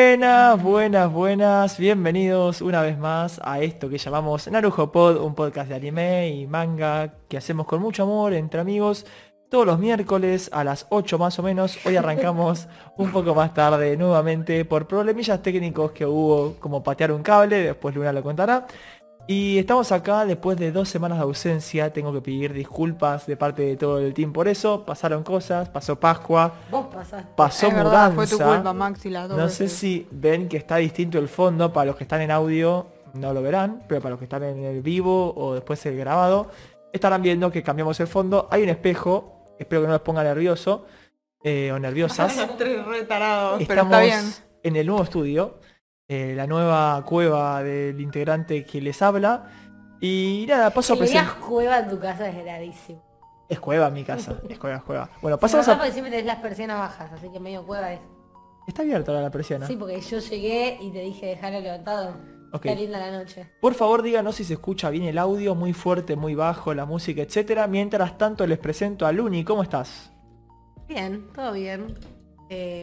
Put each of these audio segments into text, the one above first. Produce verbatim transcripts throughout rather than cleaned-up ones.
Buenas, buenas, buenas. Bienvenidos una vez más a esto que llamamos Narujo Pod, un podcast de anime y manga que hacemos con mucho amor entre amigos todos los miércoles a las ocho más o menos. Hoy arrancamos un poco más tarde nuevamente por problemillas técnicos que hubo, como patear un cable, después Luna lo contará. Y estamos acá después de dos semanas de ausencia. Tengo que pedir disculpas de parte de todo el team por eso. Pasaron cosas, pasó Pascua. Vos pasaste. Pasó es mudanza. verdad, fue tu culpa, Maxi, las dos No veces. sé si ven que está distinto el fondo. Para los que están en audio no lo verán, pero para los que están en el vivo o después el grabado, estarán viendo que cambiamos el fondo. Hay un espejo, espero que no les ponga nervioso eh, o nerviosas. Tres retarados, pero Estamos está bien. en el nuevo estudio, eh, la nueva cueva del integrante que les habla. Y nada, paso a Que le digas presentar. cueva en tu casa es rarísimo. Es cueva mi casa, es cueva, es cueva. Bueno, Pasamos pasamos a... porque siempre tenés las persianas bajas, así que medio cueva es. Está abierta ahora la persiana. Sí, porque yo llegué y te dije dejarlo levantado. Ok. Está linda la noche. Por favor díganos si se escucha bien el audio, muy fuerte, muy bajo, la música, etcétera. Mientras tanto les presento a Luni, ¿cómo estás? Bien, todo bien. Eh,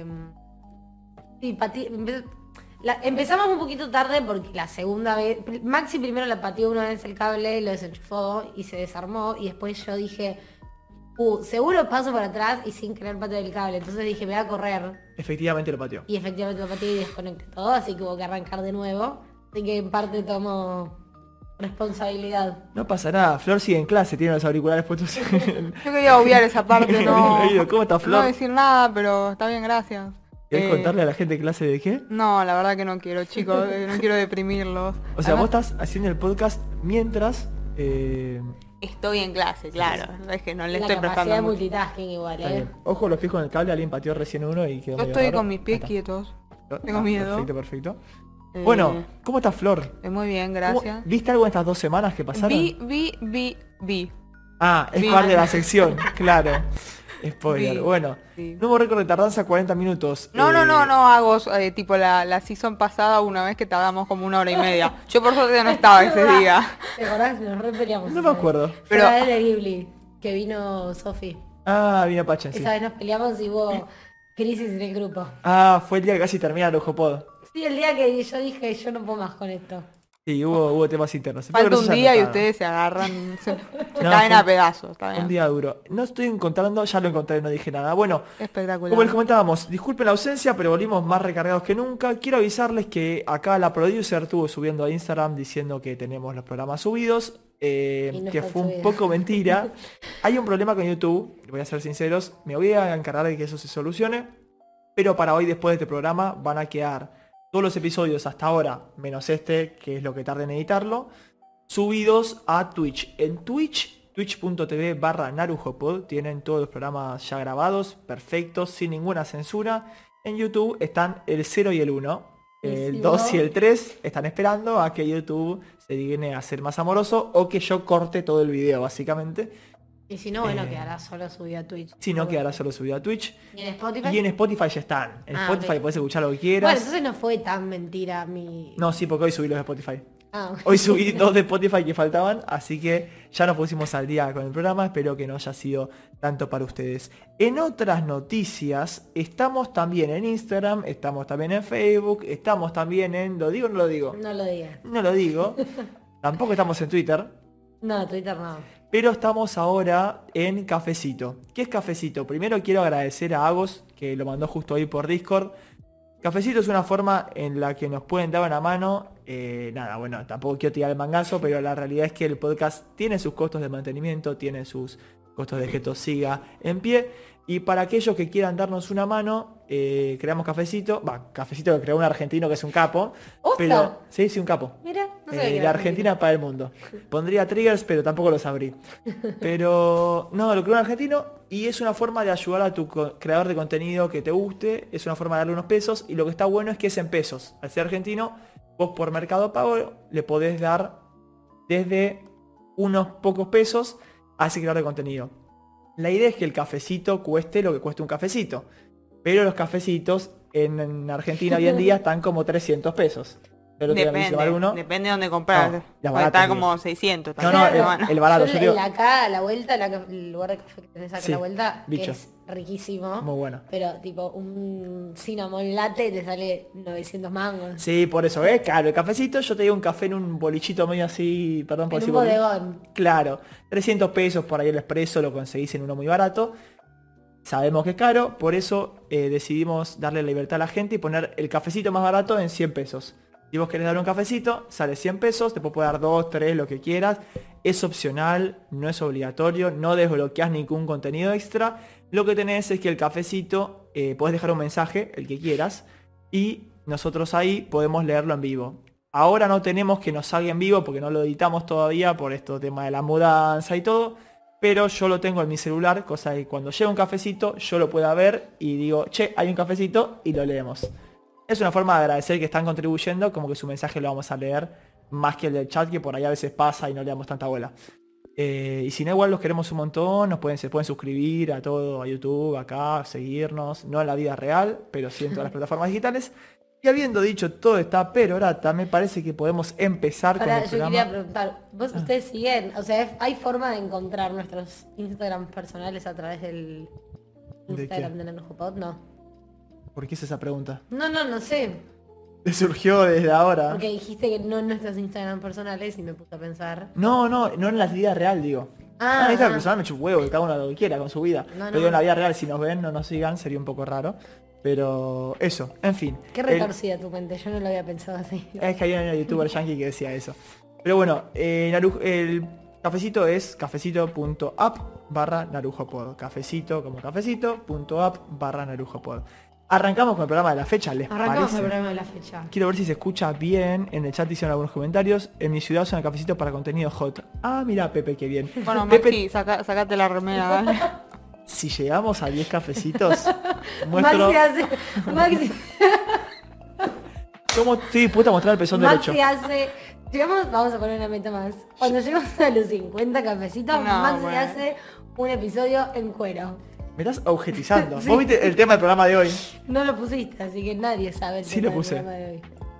sí, pati- empe- la- empezamos un poquito tarde porque la segunda vez... Maxi primero la pateó una vez el cable, lo desenchufó y se desarmó. Y después yo dije, uh, seguro paso para atrás y sin querer patear el cable. Entonces dije, me voy a correr. Efectivamente lo pateó. Y efectivamente lo pateé y desconecté todo, así que hubo que arrancar de nuevo. Así que en parte tomo responsabilidad. No pasa nada, Flor sigue en clase, tiene los auriculares puestos en Yo quería obviar esa parte, no, en el oído. ¿Cómo está no Flor? decir nada, pero está bien, gracias. ¿Querés Eh, contarle a la gente clase de qué? No, la verdad que no quiero, chicos, eh, no quiero deprimirlos. O sea, Además, vos estás haciendo el podcast mientras... eh, estoy en clase, claro, es que no le La estoy capacidad prestando de mucho. multitasking igual, está ¿eh? bien. Ojo los pies con el cable, alguien pateó recién uno y quedó Yo medio estoy raro. con mis Ahí pies está. quietos. Ah, tengo miedo. Perfecto, perfecto. Eh, Bueno, ¿cómo estás Flor? eh, muy bien, ¿Cómo- gracias. ¿Viste algo en estas dos semanas que pasaron? Vi, vi, vi, vi. Ah, es Vi. parte de la sección, claro. Spoiler. Vi, Bueno, sí. nuevo récord de tardanza cuarenta minutos. No, no, Eh, no, no hago eh, tipo la, la season pasada una vez que tardamos como una hora y media. Yo por suerte no estaba ese día. ¿Te acordás? Nos re peleamos. No esa me vez. acuerdo. Fue Pero- la vez de Ghibli, que vino Sofi. Ah, vino Pacha, sí. Esa vez nos peleamos y hubo crisis en el grupo. Ah, fue el día que casi termina el Ojopod. Sí, el día que yo dije, yo no puedo más con esto. Sí, hubo, hubo temas internos. Espero que Falta no un se hayan día y notado. ustedes se agarran, se, se No, caen fue a un- pedazos. Está bien. Un día duro. No estoy encontrando, ya lo encontré, no dije nada. Bueno, Espectacular. como les comentábamos, disculpen la ausencia, pero volvimos más recargados que nunca. Quiero avisarles que acá la producer estuvo subiendo a Instagram diciendo que tenemos los programas subidos, eh, Y no que están fue un subidos. poco mentira. Hay un problema con YouTube, voy a ser sinceros, me voy a encargar de que eso se solucione, pero para hoy, después de este programa, van a quedar todos los episodios hasta ahora, menos este, que es lo que tarda en editarlo, subidos a Twitch. En Twitch, twitch.tv barra narujopod, tienen todos los programas ya grabados, perfectos, sin ninguna censura. En YouTube están el cero y el uno. El Buenísimo. dos y el tres están esperando a que YouTube se digne a ser más amoroso o que yo corte todo el video, básicamente. Y si no, bueno, Eh, quedará solo subido a Twitch. Si no, quedará solo subido a Twitch. ¿Y en Spotify? Y en Spotify ya están. En Ah, Spotify ok. podés escuchar lo que quieras. Bueno, entonces no fue tan mentira mi... No, sí, porque hoy subí los de Spotify. Ah, Hoy subí dos de Spotify que faltaban, así que ya nos pusimos al día con el programa. Espero que no haya sido tanto para ustedes. En otras noticias, estamos también en Instagram, estamos también en Facebook, estamos también en... ¿Lo digo o no lo digo? no lo digas. No lo digo. Tampoco estamos en Twitter. No, Twitter no. Pero estamos ahora en Cafecito. ¿Qué es Cafecito? Primero quiero agradecer a Agos, que lo mandó justo ahí por Discord. Cafecito es una forma en la que nos pueden dar una mano. Eh, nada, bueno, tampoco quiero tirar el mangazo, pero la realidad es que el podcast tiene sus costos de mantenimiento, tiene sus costos de que esto siga en pie. Y para aquellos que quieran darnos una mano, eh, creamos Cafecito. Va, Cafecito lo creó un argentino que es un capo. ¿Posta? Pero, sí, sí, un capo. Mira, no Eh, sabía que de era Argentina para el mundo. Pondría triggers, pero tampoco los abrí. Pero no, lo creo un argentino y es una forma de ayudar a tu co- creador de contenido que te guste. Es una forma de darle unos pesos y lo que está bueno es que es en pesos. Al ser argentino, vos por Mercado Pago le podés dar desde unos pocos pesos a ese creador de contenido. La idea es que el cafecito cueste lo que cueste un cafecito. Pero los cafecitos en, en Argentina hoy en día están como trescientos pesos. El otro día me hice tomar Depende, uno. depende de dónde comprar. No, la Puede barata, estar digo. como seiscientos. No, también, no, el, hermano. el barato. Yo Yo el- digo, acá a la vuelta, la, el lugar de café que tenés acá Sí, a la vuelta, bicho. que es riquísimo. muy bueno. Pero tipo un cinnamon latte te sale novecientos mangos. Sí, por eso, es caro. El cafecito, yo te digo un café en un bolichito medio así, perdón por En un decir boli- bodegón. Claro, trescientos pesos por ahí el expreso, lo conseguís en uno muy barato. Sabemos que es caro, por eso eh, decidimos darle la libertad a la gente y poner el cafecito más barato en cien pesos. Si vos querés dar un cafecito, sale cien pesos, te puedo dar dos, tres, lo que quieras. Es opcional, no es obligatorio, no desbloqueás ningún contenido extra. Lo que tenés es que el cafecito, eh, podés dejar un mensaje, el que quieras, y nosotros ahí podemos leerlo en vivo. Ahora no tenemos que nos salga en vivo porque no lo editamos todavía por esto tema de la mudanza y todo. Pero yo lo tengo en mi celular, cosa que cuando llega un cafecito yo lo pueda ver y digo, che, hay un cafecito y lo leemos. Es una forma de agradecer que están contribuyendo, como que su mensaje lo vamos a leer más que el del chat, que por ahí a veces pasa y no le damos tanta bola. Eh, y si no, igual los queremos un montón, nos pueden, se pueden suscribir a todo, a YouTube, acá, seguirnos, no en la vida real, pero sí en todas las plataformas digitales. Y habiendo dicho todo esta perorata, me parece que podemos empezar con Ahora, el yo programa. quería preguntar, ¿vos ustedes siguen? O sea, ¿hay forma de encontrar nuestros Instagram personales a través del ¿De Instagram qué? de Nanojopod? No. ¿Por qué es esa pregunta? No, no, no sé. ¿Te surgió desde ahora? Porque dijiste que no en nuestros Instagram personales y me puse a pensar. No, no, no en la vida real, digo. Ah, Ah, en Instagram ah. personal me chupa huevo, que cada uno lo que quiera con su vida. No, Pero no. digo, en la vida real, si nos ven, no nos sigan, sería un poco raro. Pero eso, en fin. Qué El- retorcida tu mente, yo no lo había pensado así. Es que hay una youtuber yankee que decía eso. Pero bueno, eh, Naru- el cafecito es cafecito.app barra narujopod. Cafecito como cafecito, punto app barra narujopod. Arrancamos con el programa de la fecha, ¿les Arrancamos parece? el programa de la fecha. Quiero ver si se escucha bien. En el chat hicieron algunos comentarios. En mi ciudad usan el cafecito para contenido hot. Ah, mira, Pepe, qué bien. Bueno, Pepe, Maxi, saca- sacate la remera, dale. si llegamos a diez cafecitos, muestro Maxi hace... Maxi, cómo estoy dispuesto a mostrar el pezón derecho. Maxi hace... Llegamos, vamos a poner una meta más. Cuando lleguemos a los cincuenta cafecitos, No, Maxi bueno. hace un episodio en cuero. Me estás objetizando. Sí. ¿Vos viste el tema del programa de hoy? No lo pusiste, así que nadie sabe el Sí tema lo puse. del programa de hoy.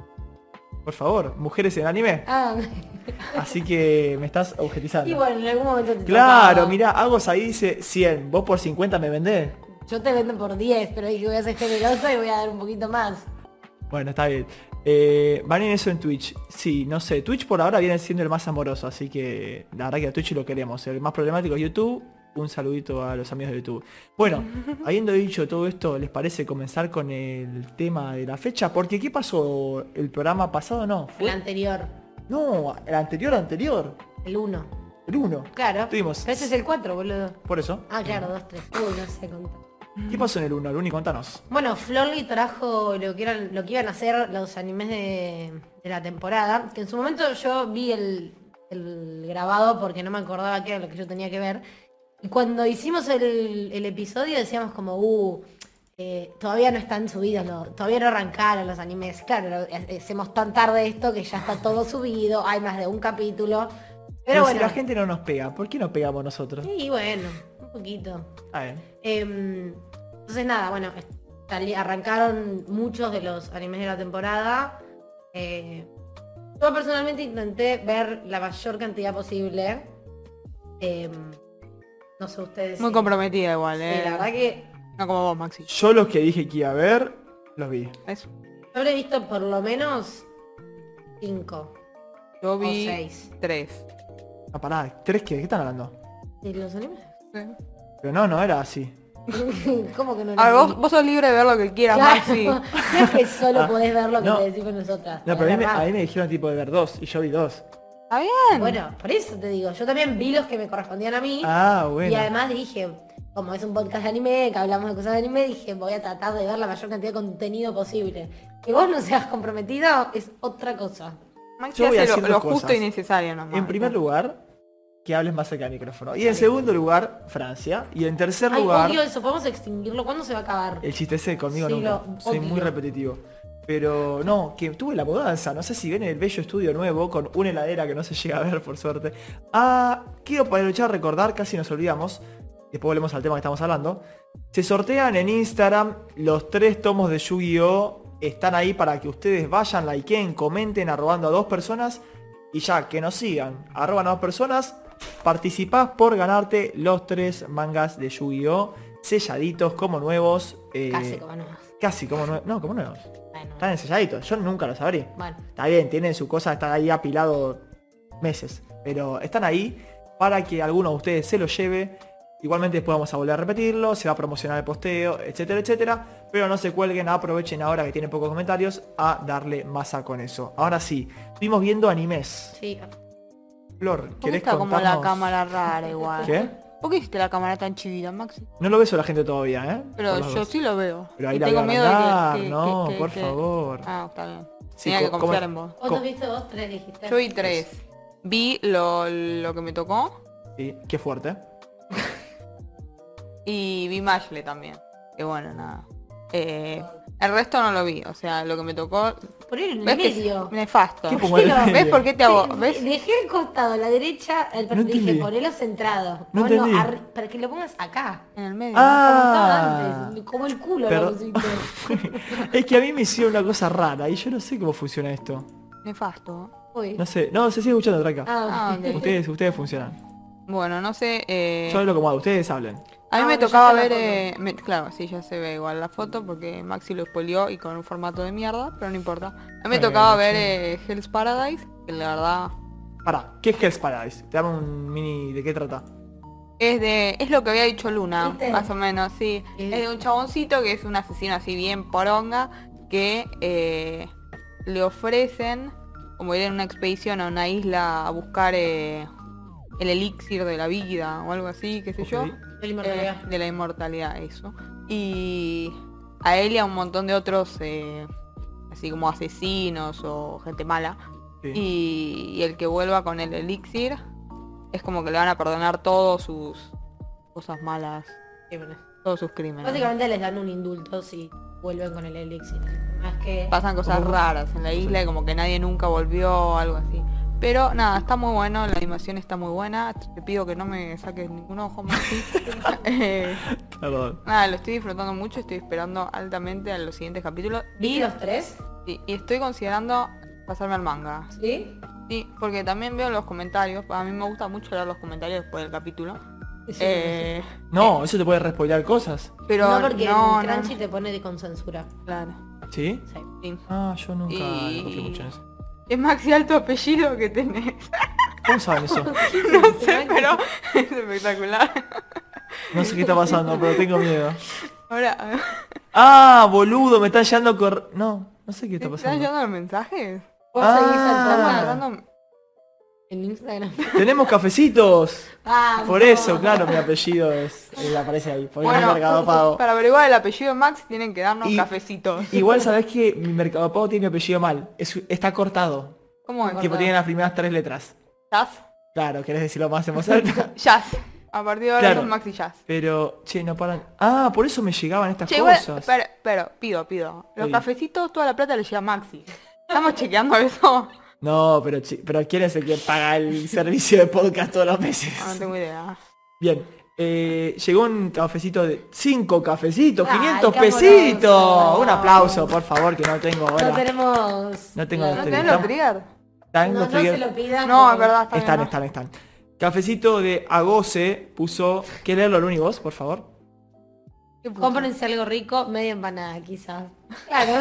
Por favor, mujeres en anime. Ah, Así que me estás objetizando. y bueno, en algún momento te Claro, tocaba. mirá, Agos ahí dice cien. Vos por cincuenta me vendés. Yo te vendo por diez, pero dije voy a ser generosa y voy a dar un poquito más. Bueno, está bien. Eh, van en eso en Twitch. Sí, no sé. Twitch por ahora viene siendo el más amoroso, así que la verdad que a Twitch lo queremos. El más problemático es YouTube. Un saludito a los amigos de YouTube. Bueno, habiendo dicho todo esto, ¿les parece comenzar con el tema de la fecha? Porque ¿qué pasó? ¿El programa pasado no? El ¿Fue? anterior, No, el anterior anterior. el uno. El uno. Claro. Tuvimos. Pero ese es el cuatro, boludo. Por eso. Ah, claro, dos, tres. Uy, no sé contar. ¿Qué pasó en el uno? Luni, contanos. Bueno, Florly trajo lo que, eran, lo que iban a hacer los animes de, de la temporada, que en su momento yo vi el, el grabado porque no me acordaba qué era lo que yo tenía que ver. Y cuando hicimos el, el episodio decíamos como, uh, eh, todavía no están subidos, lo- todavía no arrancaron los animes. Claro, lo- ha- hacemos tan tarde esto que ya está todo subido, hay más de un capítulo. Pero, Pero bueno, si la gente no nos pega, ¿por qué no pegamos nosotros? y bueno, un poquito. A ver. Em, entonces nada, bueno, sali- arrancaron muchos de los animes de la temporada. Eh, yo personalmente intenté ver la mayor cantidad posible. Em, no sé ustedes. Muy si- comprometida igual, Sí, eh. la verdad que No como vos, Maxi. Yo los que dije que iba a ver, los vi. Eso. yo habré visto por lo menos cinco Yo o vi seis. tres. Ah, pará, ¿tres qué? ¿De qué están hablando? ¿De los animes? Sí. Pero no, no era así. ¿Cómo que no? A ver, los vos, vi? vos sos libre de ver lo que quieras, Claro, Maxi. no es que solo Ah, podés ver lo que no. te decimos nosotras. No, pero a podés mí, me, ver más. a mí me dijeron tipo de ver dos, y yo vi dos. Está bien. Bueno, por eso te digo, yo también vi los que me correspondían a mí. Ah, bueno. Y además dije, como es un podcast de anime, que hablamos de cosas de anime, dije, voy a tratar de ver la mayor cantidad de contenido posible. Que vos no seas comprometido es otra cosa. Maxi Yo voy a hace decir lo, dos lo justo cosas. y necesario nomás. En primer lugar, que hables más cerca del micrófono. Y en segundo lugar, Francia. Y en tercer Ay, lugar, odio eso, podemos extinguirlo. ¿Cuándo se va a acabar? el chiste ese conmigo Sí, nunca. lo Soy muy odio. repetitivo. Pero no, que tuve la mudanza. No sé si ven el bello estudio nuevo con una heladera que no se llega a ver, por suerte. Ah, quiero aprovechar a recordar, casi nos olvidamos. Después volvemos al tema que estamos hablando. Se sortean en Instagram los tres tomos de Yu-Gi-Oh! están ahí para que ustedes vayan, likeen, comenten, arrobando a dos personas y ya que nos sigan, arroban a dos personas, participás por ganarte los tres mangas de Yu-Gi-Oh! Selladitos como nuevos. eh, Casi como nuevos. Casi como nuevos. No, como nuevos. Bueno, Están enselladitos, yo nunca los abrí. bueno. Está bien, tienen su cosa, está ahí apilado meses. Pero están ahí para que alguno de ustedes se los lleve. Igualmente después vamos a volver a repetirlo, se va a promocionar el posteo, etcétera, etcétera. Pero no se cuelguen, aprovechen ahora que tienen pocos comentarios a darle masa con eso. Ahora sí, estuvimos viendo animes. Sí. Flor, ¿Por qué ¿querés está como contarnos? la cámara rara igual? ¿Qué? ¿Por qué hiciste la cámara tan chivita, Maxi? No lo ves a la gente todavía, ¿eh? Pero Por las yo dos. sí lo veo. Pero ahí Y la tengo voy a miedo de agrandar, que, que- no, que- que- por que- favor. Ah, está bien. Sí, Tenía que co- confiar como- en vos. ¿Cuántos Co- viste vos? Tres dijiste. Yo vi tres. Vi lo, lo que me tocó Sí, qué fuerte. y vi Mashle también. Que bueno, nada. Eh, el resto no lo vi, o sea, lo que me tocó... Por ir en el ¿Ves que medio. es nefasto? ¿Qué pongo en el ¿Ves medio? ¿Ves por qué te hago? Sí, ¿Ves? Dejé el costado, a la derecha, el No dije, entendí. ponelo centrado. No Ponlo entendí. arri- para que lo pongas acá. En el medio. Como Ah. estaba antes, como el culo Pero- lo pusiste. Es que a mí me hicieron una cosa rara y yo no sé cómo funciona esto. Nefasto. Uy. No sé, no, se sigue escuchando, tranca. Ah, Ah, ok. Ustedes, ustedes funcionan. Bueno, no sé... Eh... Yo hablo como hago, ustedes hablen. A mí Ah, me bueno, ya tocaba está la ver... foto. eh, me- claro, sí, ya se ve igual la foto porque Maxi lo spoileó y con un formato de mierda, pero no importa. A mí me Bueno, tocaba sí. ver eh, Hell's Paradise, que la verdad Pará, ¿qué es Hell's Paradise? Te dame un mini de qué trata. es de... es lo que había dicho Luna, ¿Viste? más o menos, sí. Sí. Es de un chaboncito que es un asesino así bien poronga, que eh, le ofrecen como ir en una expedición a una isla a buscar eh, el elixir de la vida o algo así, qué sé yo. Ok. De la inmortalidad. Eh, de la inmortalidad, eso. Y a él y a un montón de otros, eh, así como asesinos o gente mala. Sí. Y, y el que vuelva con el elixir es como que le van a perdonar todos sus cosas malas, Sí, bueno. todos sus crímenes. Básicamente les dan un indulto si vuelven con el elixir. Más que... Pasan cosas Como- raras en la isla y como que nadie nunca volvió o algo así. Pero nada, está muy bueno, la animación está muy buena. Te pido que no me saques ningún ojo más. eh, Perdón. Nada, lo estoy disfrutando mucho, estoy esperando altamente a los siguientes capítulos. ¿Vi los tres? Y, y estoy considerando pasarme al manga. ¿Sí? Sí, porque también veo los comentarios. A mí me gusta mucho leer los comentarios después del capítulo. Sí. Eh, No, eso te puede respoilear cosas. pero no, porque no, el no, Crunchy te pone de con censura. claro. ¿Sí? Sí. Sí. Ah, yo nunca Y- confío mucho en eso. Es Maxi alto apellido que tenés. ¿Cómo saben eso? No sé, pero es espectacular. No sé qué está pasando, pero tengo miedo. Ahora, Ah, boludo, me están llegando cor... No, no sé qué está ¿estás pasando. llegando los mensajes? ¿Vos Ah. seguís Están al Tomás mandando... en Instagram? Tenemos cafecitos. Ah, Por no. eso, claro, mi apellido es... eh, aparece ahí. Porque Bueno, no es Mercado Pago. para averiguar el apellido de Max tienen que darnos Y- cafecitos. Igual sabés que mi Mercado Pago tiene mi apellido mal. Es- está cortado. ¿Cómo es? Tipo, tiene las primeras tres letras. Jazz. Claro, ¿querés decirlo más en voz alta? Jazz. A partir de ahora Claro. sos Maxi Jazz. Pero, che, no paran. Ah, por eso me llegaban estas Che, igual, cosas. pero, pero, pido, pido. Los Sí. cafecitos, toda la plata le llega a Maxi. ¿Estamos chequeando eso? No, pero, chi- pero ¿quién es el que paga el servicio de podcast todos los meses? No, no tengo idea. Bien. Eh, llegó un cafecito de cinco cafecitos, Ay, quinientos qué pesitos. amoroso. Un aplauso, por favor, que no tengo ahora. No tenemos... No tengo la- ¿No Los tenés trigger. los trigger? Están No, los no se trigger- lo pidas. No, es porque- verdad, está Están, bien, están, están. Cafecito de Agose puso. ¿Querés leerlo, Luni, vos, por favor? ¿Qué puso? Cómprense algo rico, media empanada quizás. Claro.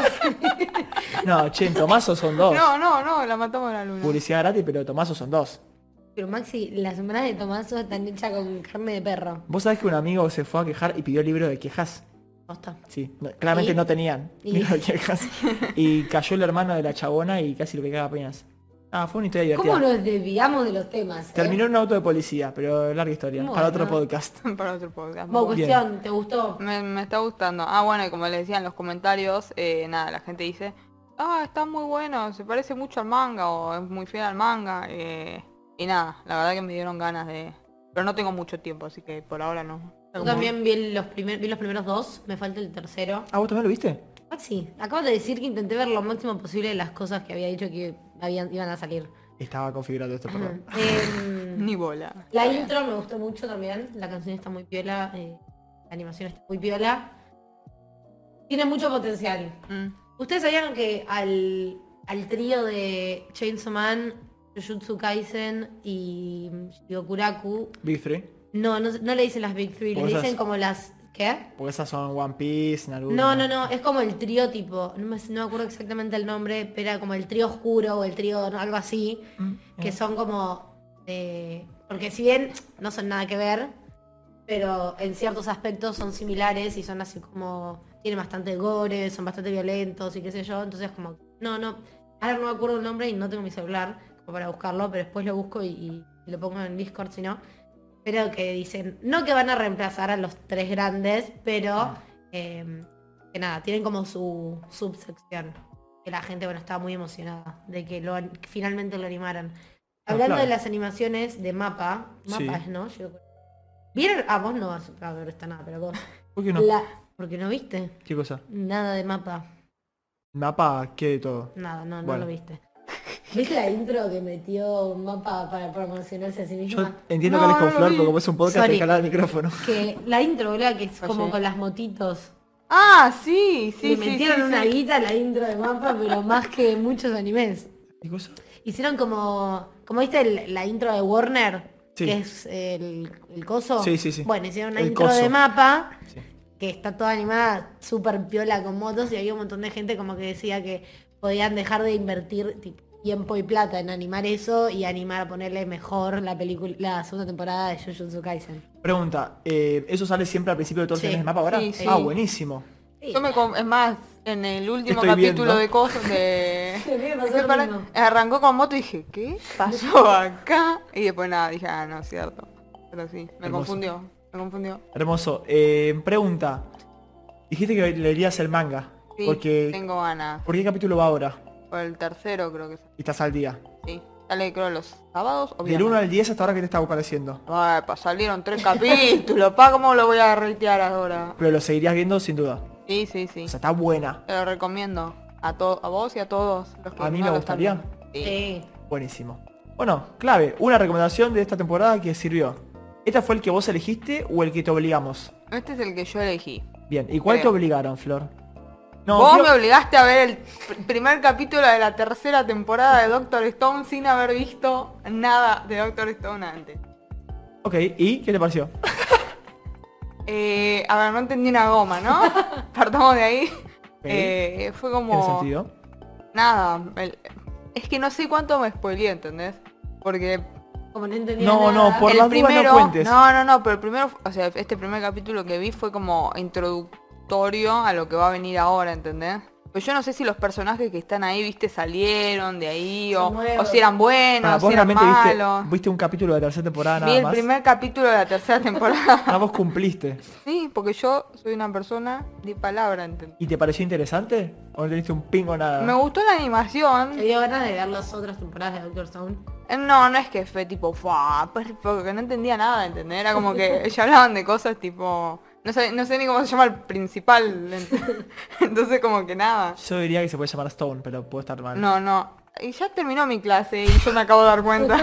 No, che, en Tomaso son dos. No, no, no, la matamos a la luna. Publicidad gratis, pero Tomaso son dos. Pero Maxi, las empanadas de Tomaso están hechas con carne de perro. Vos sabés que un amigo se fue a quejar y pidió el libro de quejas. Posta. Sí, no- claramente ¿Y? no tenían ¿Y? libro de quejas. Y cayó el hermano de la chabona y casi lo pegaba a peñas. Ah, fue una historia divertida. ¿Cómo nos desviamos de los temas? eh? Terminó en un auto de policía, pero larga historia. Bueno. Para otro podcast. Para otro podcast. Bueno, Bien. cuestión, ¿te gustó? Me, me está gustando. Ah, bueno, y como les decía en los comentarios, eh, nada, la gente dice, ah, está muy bueno, se parece mucho al manga o es muy fiel al manga. eh, y nada, la verdad que me dieron ganas de... Pero no tengo mucho tiempo, así que por ahora no. Yo también vi los, primer, vi los primeros dos, me falta el tercero. Ah, ¿vos también lo viste? Maxi, acabas de decir que intenté ver lo máximo posible de las cosas que había dicho que habían, iban a salir. Estaba configurado esto, perdón. Em, Ni bola. la intro me gustó mucho también, la canción está muy piola, eh, la animación está muy piola. Tiene mucho potencial. Mm. ¿Ustedes sabían que al, al trío de Chainsaw Man, Jujutsu Kaisen y Shigokuraku, Big Three. no, no, no le dicen las Big Three, le Porque dicen esas- como las... ¿Qué? Porque esas son One Piece, Naruto. No, no, no, es como el trío tipo, no me, no me acuerdo exactamente el nombre, pero era como el trío oscuro o el trío no, algo así, Mm, que eh. son como... eh, porque si bien no son nada que ver, pero en ciertos aspectos son similares y son así como... Tienen bastante gore, son bastante violentos y qué sé yo, entonces como... No, no, ahora no me acuerdo el nombre y no tengo mi celular como para buscarlo, pero después lo busco y, y lo pongo en Discord si no. Pero que dicen, no que van a reemplazar a los tres grandes, pero Ah. eh, que nada, tienen como su subsección. Que la gente, bueno, estaba muy emocionada de que lo an- que finalmente lo animaran. Ah, Hablando claro. de las animaciones de Mapa, Mapa Sí. es, ¿no? Yo- ¿Vieron? Ah, vos no vas a ver esta nada, pero vos. ¿Por qué no? La... ¿Porque no viste? ¿Qué cosa? Nada de Mapa. Mapa, ¿qué de todo? Nada, no, no Bueno. lo viste. ¿Viste la intro que metió Mapa para promocionarse a sí Yo misma? entiendo No, que hables con no lo Flor, vi. pero como es un podcast Sorry. hay que hablar al micrófono. Que la intro, boludo, que es como Oye. con las motitos. Ah, sí, sí, Le sí, metieron sí, una sí. guita a la intro de Mapa, pero más que muchos animes. ¿Qué cosa? Hicieron como, como viste el- la intro de Warner, Sí. que es el, el coso. Sí, sí, sí. Bueno, hicieron una El intro coso. de Mapa, Sí. que está toda animada, súper piola con motos, y había un montón de gente como que decía que podían dejar de invertir tipo, tiempo y plata en animar eso y animar a ponerle mejor la película, la segunda temporada de Jujutsu Kaisen. Pregunta, eh, ¿eso sale siempre al principio de todos los Sí. animes de Mapa ahora? Sí, sí. Ah, buenísimo. Sí. Yo me com- es más, en el último Estoy capítulo viendo. de cosas de... A mí me pasó me lo pare- mismo. Arrancó con moto y dije, ¿qué pasó acá? Y después nada, dije, ah, no, es cierto. Pero sí, me Hermoso. confundió, me confundió. Hermoso. Eh, pregunta. Dijiste que leerías el manga. Sí, porque, tengo ganas. ¿Por qué capítulo va ahora? Por el tercero creo que es. Y estás al día. Sí. Sale creo los sábados o Del viernes. uno al diez hasta ahora que te está pareciendo. Ay, pa, salieron tres capítulos, pa, ¿cómo lo voy a reitear ahora? Pero lo seguirías viendo sin duda. Sí, sí, sí. O sea, está buena. Te lo recomiendo. A, to a vos y a todos los que A mí no me lo están gustaría. viendo. Sí. Sí. Buenísimo. Bueno, clave. Una recomendación de esta temporada que sirvió. ¿Esta fue el que vos elegiste o el que te obligamos? Este es el que yo elegí. Bien. ¿Y cuál te Creo. obligaron, Flor? No, Vos quiero- me obligaste a ver el pr- primer capítulo de la tercera temporada de Doctor Stone sin haber visto nada de Doctor Stone antes. Ok, ¿y qué te pareció? Eh, a ver, no entendí una goma, ¿no? Partamos de ahí. Ok. Eh, fue ¿Tiene como... sentido? Nada. el- Es que no sé cuánto me spoileé, ¿entendés? Porque Como no entendía No, nada. no, por el las dudas no primero... cuentes. No, no, no, pero el primero... O sea, este primer capítulo que vi fue como introductorio a lo que va a venir ahora, ¿entendés? Pero yo no sé si los personajes que están ahí, viste, salieron de ahí o, Son nuevos. o si eran buenos, Para, si vos eran realmente viste, malos. viste un capítulo de la tercera temporada Vi nada el más. primer capítulo de la tercera temporada. Ah, vos cumpliste. Sí, porque yo soy una persona de palabra, ¿entendés? ¿Y te pareció interesante? ¿O no teniste un pingo nada? Me gustó la animación. Me dio ganas de ver las otras temporadas de Doctor Stone. Eh, No, no es que fue tipo, "Fua", pues, porque no entendía nada, ¿entendés? Era como que ya hablaban de cosas tipo... No sé, no sé ni cómo se llama el principal. ent- Entonces como que nada. Yo diría que se puede llamar Stone, pero puede estar mal. No, no. Y ya terminó mi clase y yo me acabo de dar cuenta.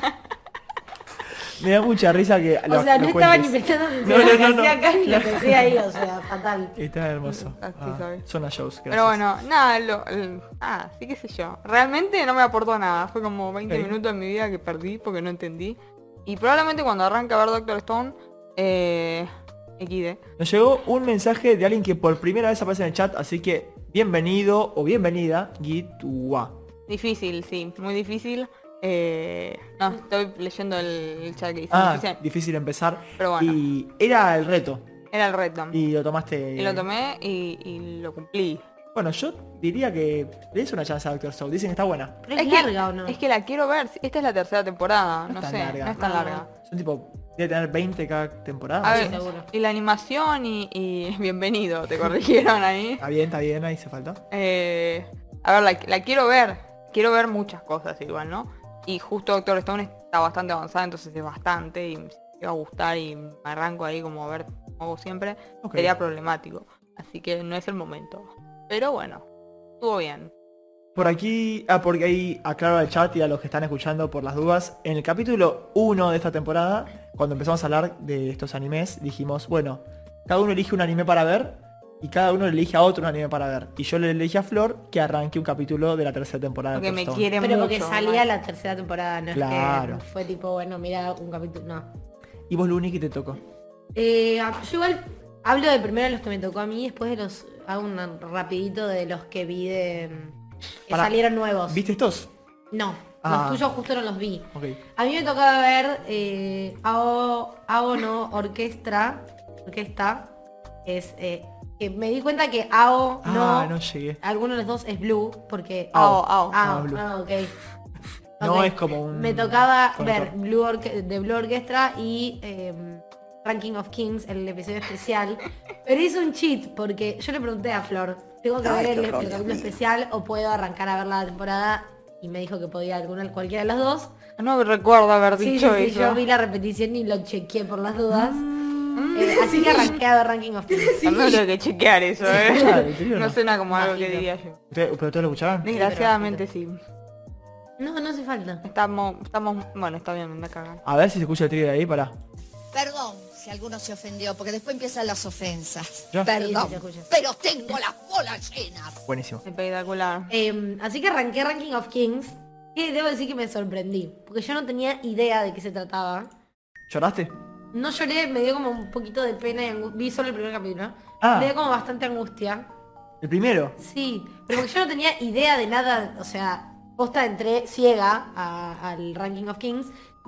Me da mucha risa que lo, O sea, no lo estaba ni cuentes. prestando atención No, a lo no, que no, no. hacía acá ni lo que hacía ahí, o sea, fatal. Está hermoso. Así Ah, soy. Zona shows, gracias. Pero bueno, nada, lo, el- ah, sí qué sé yo. Realmente no me aportó nada. Fue como veinte Ok. minutos de mi vida que perdí porque no entendí. Y probablemente cuando arranque a ver Doctor Stone, eh, equis de. Nos llegó un mensaje de alguien que por primera vez aparece en el chat, así que bienvenido o bienvenida, Gitwa. Difícil, sí, muy difícil. Eh, no, estoy leyendo el, el chat que dice. Ah, difícil, difícil empezar. Pero bueno. Y era el reto. Era el reto. Y, Y lo tomaste. lo tomé y, y lo cumplí. Bueno, yo diría que le des una chance a Doctor Stone. Dicen que está buena. ¿Pero es, que, larga o no? Es que la quiero ver. Esta es la tercera temporada. No No, es tan sé, larga. no es tan No. larga. Son tipo. Debe tener veinte cada temporada. A más o ver, menos. seguro. y la animación y, y bienvenido, te corrigieron ahí. Está bien, está bien, ahí se falta. Eh, a ver, la, la quiero ver. Quiero ver muchas cosas igual, ¿no? Y justo Doctor Stone está bastante avanzada, entonces es bastante y me va a gustar y me arranco ahí como a ver como hago siempre. Ok. Sería problemático. Así que no es el momento. Pero bueno, estuvo bien. Por aquí, ah, porque ahí aclaro al chat y a los que están escuchando por las dudas. En el capítulo uno de esta temporada, cuando empezamos a hablar de estos animes, dijimos, bueno, cada uno elige un anime para ver y cada uno le elige a otro un anime para ver. Y yo le elegí a Flor que arranque un capítulo de la tercera temporada Porque de me Stone. quiere Pero mucho. porque salía la tercera temporada, no Claro. es que fue tipo, bueno, mira un capítulo, no. Y vos, Luni, ¿qué te tocó? Eh, yo igual hablo de primero de los que me tocó a mí, después de los hago un rapidito de los que vi de que Pará, salieron nuevos. ¿Viste estos? No, Ah. los tuyos justo no los vi. Ok. A mí me tocaba ver eh, Ao, Ao no Orquestra, Orquesta, es eh, que me di cuenta que Ao no, Ah, no llegué. alguno de los dos es Blue, porque Ao, Ao. Ah, Ah, Blue. ah, ok. No Ok. es como un... Me tocaba conector. ver Blue Orque- de Blue Orchestra y eh, Ranking of Kings, el episodio especial. Pero hice un cheat porque yo le pregunté a Flor, ¿tengo que ver el, el capítulo especial o puedo arrancar a ver la temporada? Y me dijo que podía alguna, cualquiera de las dos. No recuerdo haber Sí, sí, dicho sí, eso. yo vi la repetición y lo chequeé por las dudas. Eh, así que arranqué a ver Ranking of Kings. A mí tengo que chequear eso, escuchaba, ¿eh? ¿en serio? No suena como algo que Bajito. diría yo. ¿Ustedes- ¿Pero ustedes lo escuchaban? Desgraciadamente sí. No, no hace falta. Estamos, estamos, bueno, está bien, me cagan. A ver si se escucha el trigger ahí, pará. Perdón si alguno se ofendió, porque después empiezan las ofensas. ¿Ya? Perdón, Sí, sí, se escucha. pero tengo las bolas llenas. Buenísimo. Espectacular. Eh, así que arranqué Ranking of Kings. Que debo decir que me sorprendí. Porque yo no tenía idea de qué se trataba. ¿Lloraste? No lloré, me dio como un poquito de pena y angustia. Vi solo el primer capítulo. Ah. Me dio como bastante angustia. ¿El primero? Sí, pero porque yo no tenía idea de nada. O sea, posta entré ciega a- al Ranking of Kings.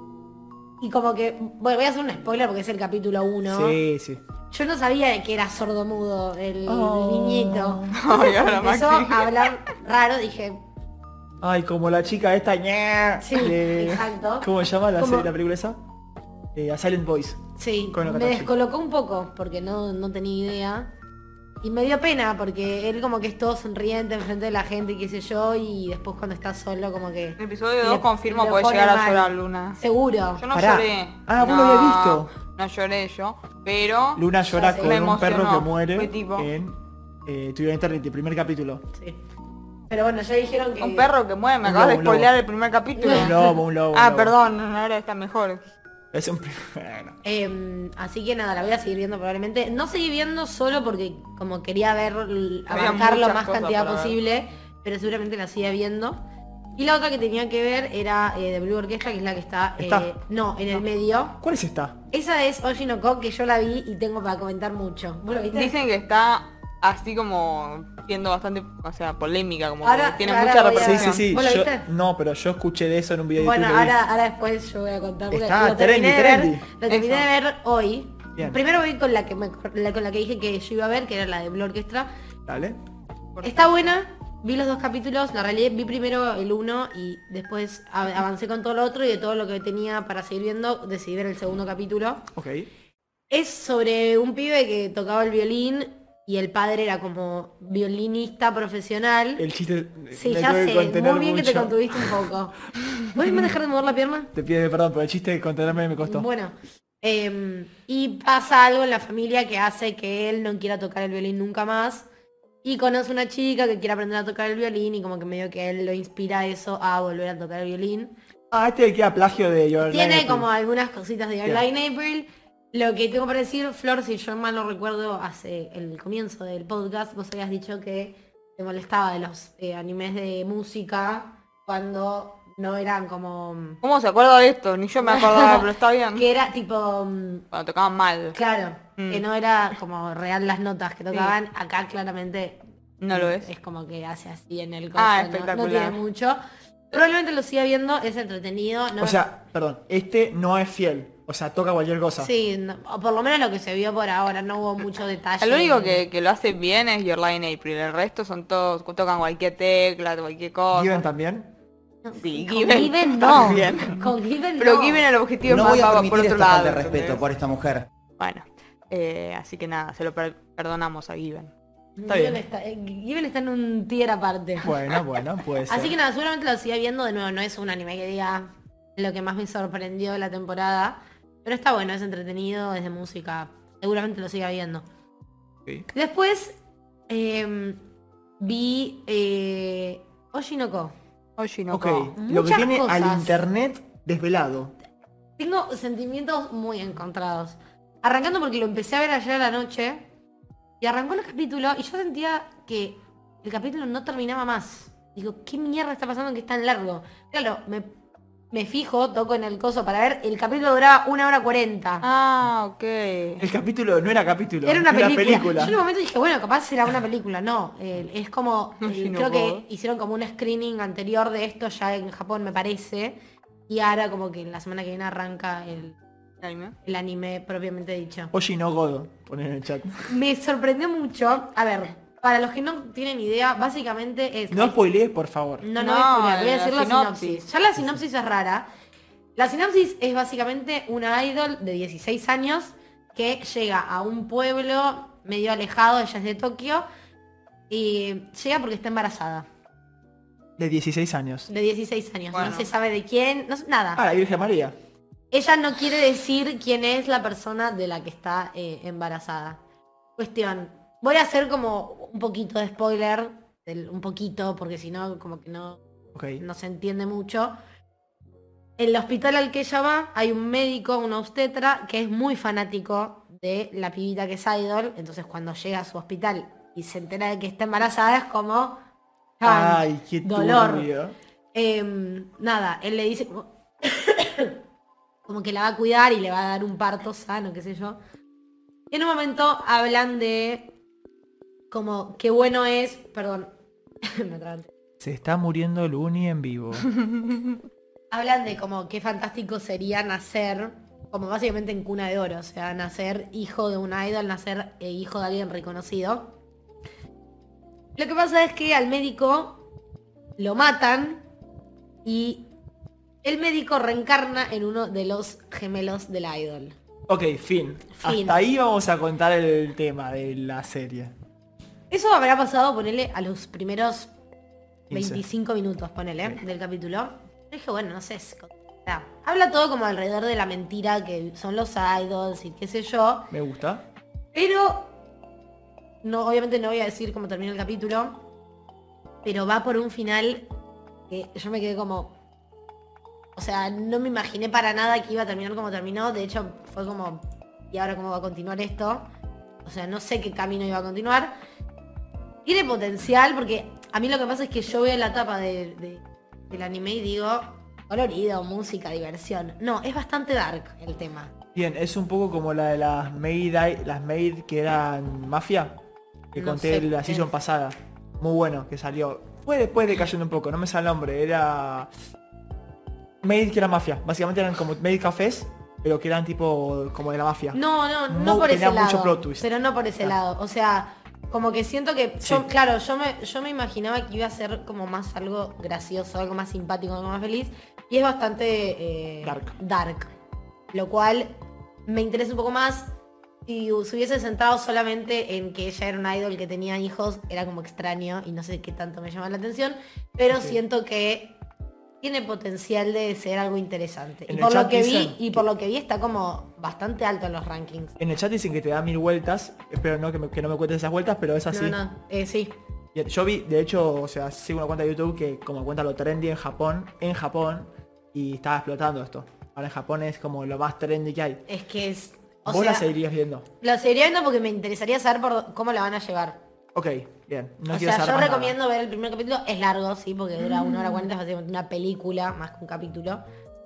Y como que, bueno, voy a hacer un spoiler porque es el capítulo uno. Sí, sí. Yo no sabía que era sordomudo el Oh. niñito. Ay, ahora Empezó Maxi. a hablar raro, dije, Ay, como la chica esta... ña, sí, de- exacto. ¿Cómo se llama la, Como- serie- la película esa? Eh, A Silent Voice. Sí, Con lo me Katachi. descolocó un poco porque no, no tenía idea. Y me dio pena porque él como que es todo sonriente enfrente de la gente y qué sé yo. Y después cuando está solo como que... El episodio le- dos confirmo lo puede pone llegar a mal. llorar Luna. Seguro. Yo no Pará. lloré. Ah, vos no, lo habías visto. No lloré yo, pero... Luna llora sí. con Me un perro emocionó. que muere Fue tipo- en eh, Twitter Internet, el primer capítulo. Sí. Pero bueno, ya dijeron que... Un perro que muere, me Un acabas de lobo, un lobo. spoilear el primer capítulo. Un lobo, un lobo. un Ah, lobo. perdón, ahora está mejor. Es un... Bueno. Eh, así que nada, la voy a seguir viendo probablemente. No seguí viendo solo porque como quería ver, l- Había abarcar lo muchas más cosas cantidad para ver. posible, pero seguramente la siga viendo. Y la otra que tenía que ver era eh, de Blue Orchestra, que es la que está, eh, ¿Está? no, en el medio. ¿Cuál es esta? Esa es Oshinoko, que yo la vi y tengo para comentar mucho. ¿Vos lo viste? Dicen que está así como siendo bastante, o sea, polémica, como Ahora- que tiene ahora mucha voy a- Sí, repercusión. sí, sí. ¿Vos lo yo- viste? No, pero yo escuché de eso en un video de Bueno, YouTube que vi. ahora, ahora después yo voy a contar. Porque Está lo terminé trendy, de ver, trendy. lo terminé Eso. de ver hoy. Bien. Primero voy con la que me, la- con la que dije que yo iba a ver, que era la de Blue Orchestra. Dale. Está buena, vi los dos capítulos, la realidad vi primero el uno y después a- avancé con todo lo otro y de todo lo que tenía para seguir viendo decidí ver el segundo capítulo. Ok. Es sobre un pibe que tocaba el violín y el padre era como violinista profesional. El chiste... Sí, me ya tuve que sé, contener muy bien que te mucho. contuviste un poco. ¿Puedes dejar de mover la pierna? Te pido perdón, pero el chiste de contenerme me costó. Bueno, eh, y pasa algo en la familia que hace que él no quiera tocar el violín nunca más. Y conoce una chica que quiere aprender a tocar el violín y como que medio que él lo inspira eso a volver a tocar el violín. Ah, este queda plagio de Your Tiene Line, como algunas cositas de Bien. Airline April. Lo que tengo para decir, Flor, si yo mal no recuerdo, hace el comienzo del podcast, vos habías dicho que te molestaba de los eh, animes de música cuando no eran como... ¿Cómo se acuerda de esto? Ni yo me acordaba, pero está bien. Que era tipo... mm, Cuando tocaban mal. Claro, Mm. que no era como real las notas que tocaban. Acá claramente No lo es. es como que hace así en el Ah, coso, ¿no? No espectacular. tiene mucho. Probablemente lo siga viendo, es entretenido. No O sea, perdón, este no es fiel. O sea, toca cualquier cosa. sí, no- o por lo menos lo que se vio por ahora, no hubo mucho detalle. El único que, que lo hace bien es Your Line April. El resto son todos, tocan cualquier tecla, cualquier cosa. Given también. Sí, Con Given Given no. también. Con Given Pero no. Given el objetivo No es voy más a va permitir por otro esta falta lado. de respeto ¿entendés? por esta mujer. Bueno, eh, así que nada, se lo per- perdonamos a Given. Está Given bien. está, eh, Given está en un tier aparte. Bueno, bueno, puede ser. Así que nada, seguramente lo siga viendo de nuevo. No es un anime que diga lo que más me sorprendió de la temporada. Pero está bueno, es entretenido, es de música. Seguramente lo siga viendo. Ok. Después eh, vi eh, Oshinoko. Oshinoko. Ok, lo que Muchas tiene al cosas. internet desvelado. Tengo sentimientos muy encontrados. Arrancando porque lo empecé a ver ayer a la noche. Y arrancó el capítulo y yo sentía que el capítulo no terminaba más. Digo, ¿qué mierda está pasando que es tan largo? Claro, me, me fijo, toco en el coso para ver, el capítulo duraba una hora cuarenta. Ah, ok. El capítulo no era capítulo, Era una película. Yo en un momento dije, bueno, capaz era una película. No, eh, es como, No, eh, sí, no creo puedo. que hicieron como un screening anterior de esto ya en Japón, me parece. Y ahora como que la semana que viene arranca el, Anime. el anime propiamente dicho. Oji no Godo, ponen en el chat. Me sorprendió mucho. A ver, para los que no tienen idea, básicamente es... No spoilees, por favor. No, no, No, voy a spoilear, voy a la decir la sinopsis. sinopsis. Ya la sinopsis es rara. La sinopsis es básicamente una idol de dieciséis años que llega a un pueblo medio alejado, ella es de Tokio, y llega porque está embarazada. De dieciséis años. De dieciséis años. Bueno. No se sabe de quién, no sé, nada. Ah, la Virgen María. Ella no quiere decir quién es la persona de la que está eh, embarazada. Cuestión. Voy a hacer como un poquito de spoiler. del- un poquito, porque si no, como que no, Ok. no se entiende mucho. En el hospital al que ella va hay un médico, un obstetra, que es muy fanático de la pibita que es idol. Entonces cuando llega a su hospital y se entera de que está embarazada es como... Ay, qué dolor. turbio. Em, nada, él le dice como, como que la va a cuidar y le va a dar un parto sano, qué sé yo. Y en un momento hablan de como qué bueno es, perdón, me atraganté. Se está muriendo el Uni en vivo. Hablan de como qué fantástico sería nacer, como básicamente en cuna de oro, o sea, nacer hijo de un idol, nacer eh, hijo de alguien reconocido. Lo que pasa es que al médico lo matan y el médico reencarna en uno de los gemelos del idol. Ok, fin. Fin. Hasta ahí vamos a contar el tema de la serie. Eso habrá pasado, ponele, a los primeros quince. veinticinco minutos, ponele, del capítulo. Yo dije, bueno, no sé, es- ah, habla todo como alrededor de la mentira que son los idols y qué sé yo. Me gusta. Pero, no, obviamente no voy a decir cómo termina el capítulo, pero va por un final que yo me quedé como... O sea, no me imaginé para nada que iba a terminar como terminó. De hecho, fue como... ¿Y ahora cómo va a continuar esto? O sea, no sé qué camino iba a continuar. Tiene potencial porque a mí lo que pasa es que yo veo la tapa de, de- del anime y digo... Colorido, música, diversión. No, es bastante dark el tema. Bien, es un poco como la de las Maid, las Maid que eran Mafia. Que No conté sé la qué season es. pasada. Muy bueno, que salió. Fue después de cayendo un poco, no me sale el nombre. Era... Maid que era Mafia. Básicamente eran como Maid cafés, pero que eran tipo como de la Mafia. No, no, no Mu- por ese tenía mucho lado. plot twist. Pero no por ese Ah. lado. O sea, como que siento que. Yo, Sí. claro, yo me, yo me imaginaba que iba a ser como más algo gracioso, algo más simpático, algo más feliz. Y es bastante eh, Dark. dark. Lo cual me interesa un poco más. Si se hubiese centrado solamente en que ella era una idol que tenía hijos, era como extraño y no sé qué tanto me llama la atención. Pero Ok. siento que tiene potencial de ser algo interesante. En Y el por lo chat que vi, dicen y por lo que vi está como bastante alto en los rankings. En el chat dicen que te da mil vueltas. Espero no que, me- que no me cuentes esas vueltas, pero es así. No, no, eh, sí. Bien, yo vi, de hecho, o sea, sigo una cuenta de YouTube que como cuenta lo trendy en Japón, en Japón, y estaba explotando esto. Ahora en Japón es como lo más trendy que hay. Es que es... O Vos sea, la seguirías viendo. la seguiría viendo porque me interesaría saber por cómo la van a llevar. Ok, bien. No o quiero sea, saber yo más nada. recomiendo ver el primer capítulo. Es largo, sí, porque dura una hora cuarenta, es básicamente una película más que un capítulo.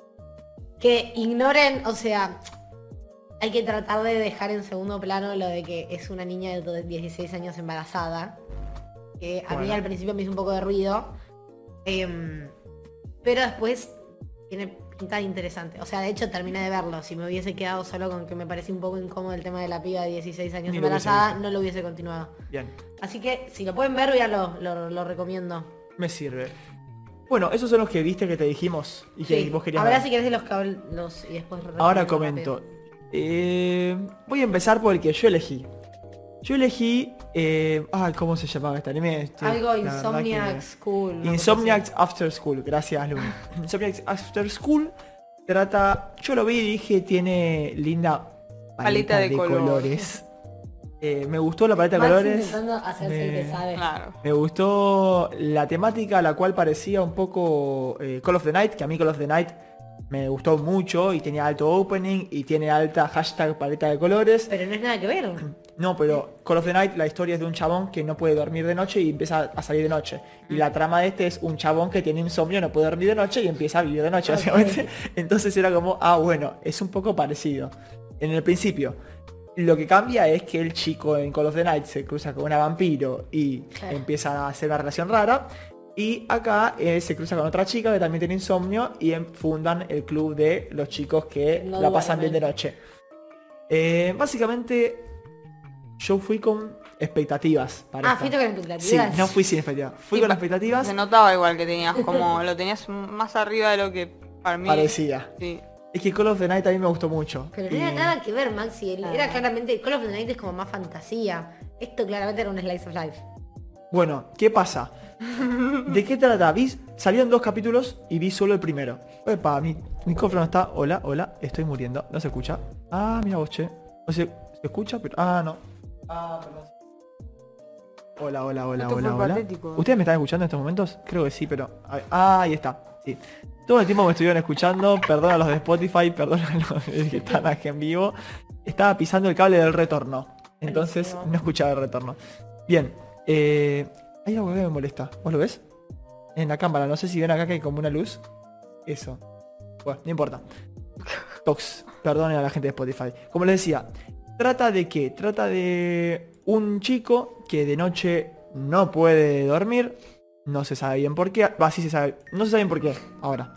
Que ignoren, o sea, hay que tratar de dejar en segundo plano lo de que es una niña de dieciséis años embarazada. Que a mí Bueno. al principio me hizo un poco de ruido. Em, pero después tiene pinta interesante. O sea, de hecho terminé de verlo. Si me hubiese quedado solo con que me parecía un poco incómodo el tema de la piba de dieciséis años Ni lo hubiese embarazada, visto. no lo hubiese continuado. Bien, Así que si lo pueden ver, véanlo, lo, lo recomiendo. me sirve. Bueno, esos son los que viste que te dijimos y que Sí. vos querías Ahora ver. si querés de los que habl- los y después Ahora recomiendo comento. rápido. Eh, voy a empezar por el que yo elegí. Yo elegí... Eh, ah, ¿cómo se llamaba este anime? Este, Algo la verdad Insomniac que- School. una cosa Insomniac así. After School, gracias Luna. Insomniac After School trata, yo lo vi y dije tiene linda paleta, Paleta de de, color. colores. Eh, me gustó la paleta de Max colores. intentando hacerse el que Me- sabe. Claro. Me gustó la temática, la cual parecía un poco eh, Call of the Night, que a mí Call of the Night Me gustó mucho y tenía alto opening y tiene alta hashtag paleta de colores. Pero no es nada que ver. No, pero Call of the Night, la historia es de un chabón que no puede dormir de noche y empieza a salir de noche. Y la trama de este es un chabón que tiene insomnio, no puede dormir de noche y empieza a vivir de noche, Ok. básicamente. Entonces era como, ah, bueno, es un poco parecido. En el principio, lo que cambia es que el chico en Call of the Night se cruza con una vampiro y Claro. empieza a hacer una relación rara. Y acá eh, se cruza con otra chica que también tiene insomnio y em- fundan el club de los chicos que No la pasan bien duermen. de noche. Eh, básicamente, yo fui con expectativas para Ah, esta. fuiste con Sí, expectativas. no fui sin expectativas. Fui Sí, con pa- expectativas, Se notaba igual que tenías, como lo tenías más arriba de lo que para mí. parecía. Sí. Es que Call of the Night a mí me gustó mucho. Pero no era Y- nada que ver, Maxi. El- Ah. Era claramente. Call of the Night es como más fantasía. Esto claramente era un slice of life. Bueno, ¿qué pasa? ¿De qué trata? Vi, salieron dos capítulos y vi solo el primero. Epa, mi micrófono está. Hola, hola, estoy muriendo. No se escucha. Ah, mira vos, che. No se, se escucha, pero. Ah, no. Ah, perdón. Hola, hola, hola, Esto hola, fue hola. patético. ¿Ustedes me están escuchando en estos momentos? Creo que sí, pero. Ah, ahí está. Sí. Todo el tiempo me estuvieron escuchando. Perdón a los de Spotify, perdón a los que están aquí en vivo. Estaba pisando el cable del retorno. Entonces Buenísimo. no escuchaba el retorno. Bien. Eh, hay algo que me molesta. ¿Vos lo ves? En la cámara. No sé si ven acá que hay como una luz. Eso. Bueno, no importa. Tox. Perdonen a la gente de Spotify. Como les decía. Trata de qué? Trata de un chico que de noche no puede dormir. No se sabe bien por qué. Va, sí se sabe. No se sabe bien por qué. Ahora.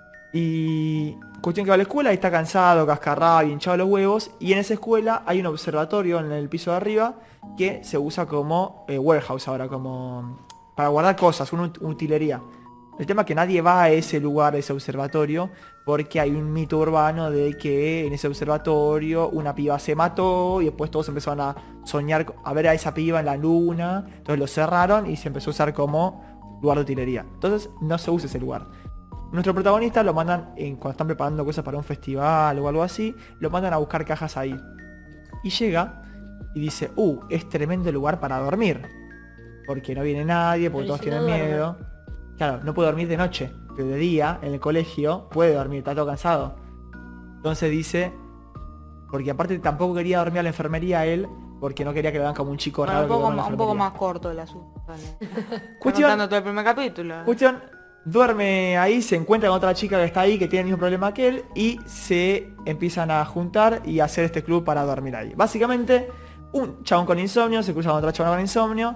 Y cuestión que va a la escuela y está cansado, cascarrado y hinchado los huevos. Y en esa escuela hay un observatorio en el piso de arriba que se usa como eh, warehouse ahora, como para guardar cosas, una ut- utilería. El tema es que nadie va a ese lugar, a ese observatorio, porque hay un mito urbano de que en ese observatorio una piba se mató y después todos empezaron a soñar, co- a ver a esa piba en la luna. Entonces lo cerraron y se empezó a usar como lugar de utilería. Entonces no se usa ese lugar. Nuestro protagonista lo mandan, en, cuando están preparando cosas para un festival o algo así, lo mandan a buscar cajas ahí. Y llega y dice, uh, es tremendo lugar para dormir. Porque no viene nadie, porque Pero todos si no tienen duerme. miedo. Claro, no puede dormir de noche, pero de día, en el colegio, puede dormir, está todo cansado. Entonces dice, porque aparte tampoco quería dormir a la enfermería él, porque no quería que lo vean como un chico Bueno, raro. un que poco, duerme en la más, un poco enfermería. más corto el asunto. Vale. Cuestión, Anotando todo el primer capítulo. Cuestión, duerme ahí, se encuentra con otra chica que está ahí, que tiene el mismo problema que él, y se empiezan a juntar y a hacer este club para dormir ahí. Básicamente, un chabón con insomnio se cruza con otra chabona con insomnio,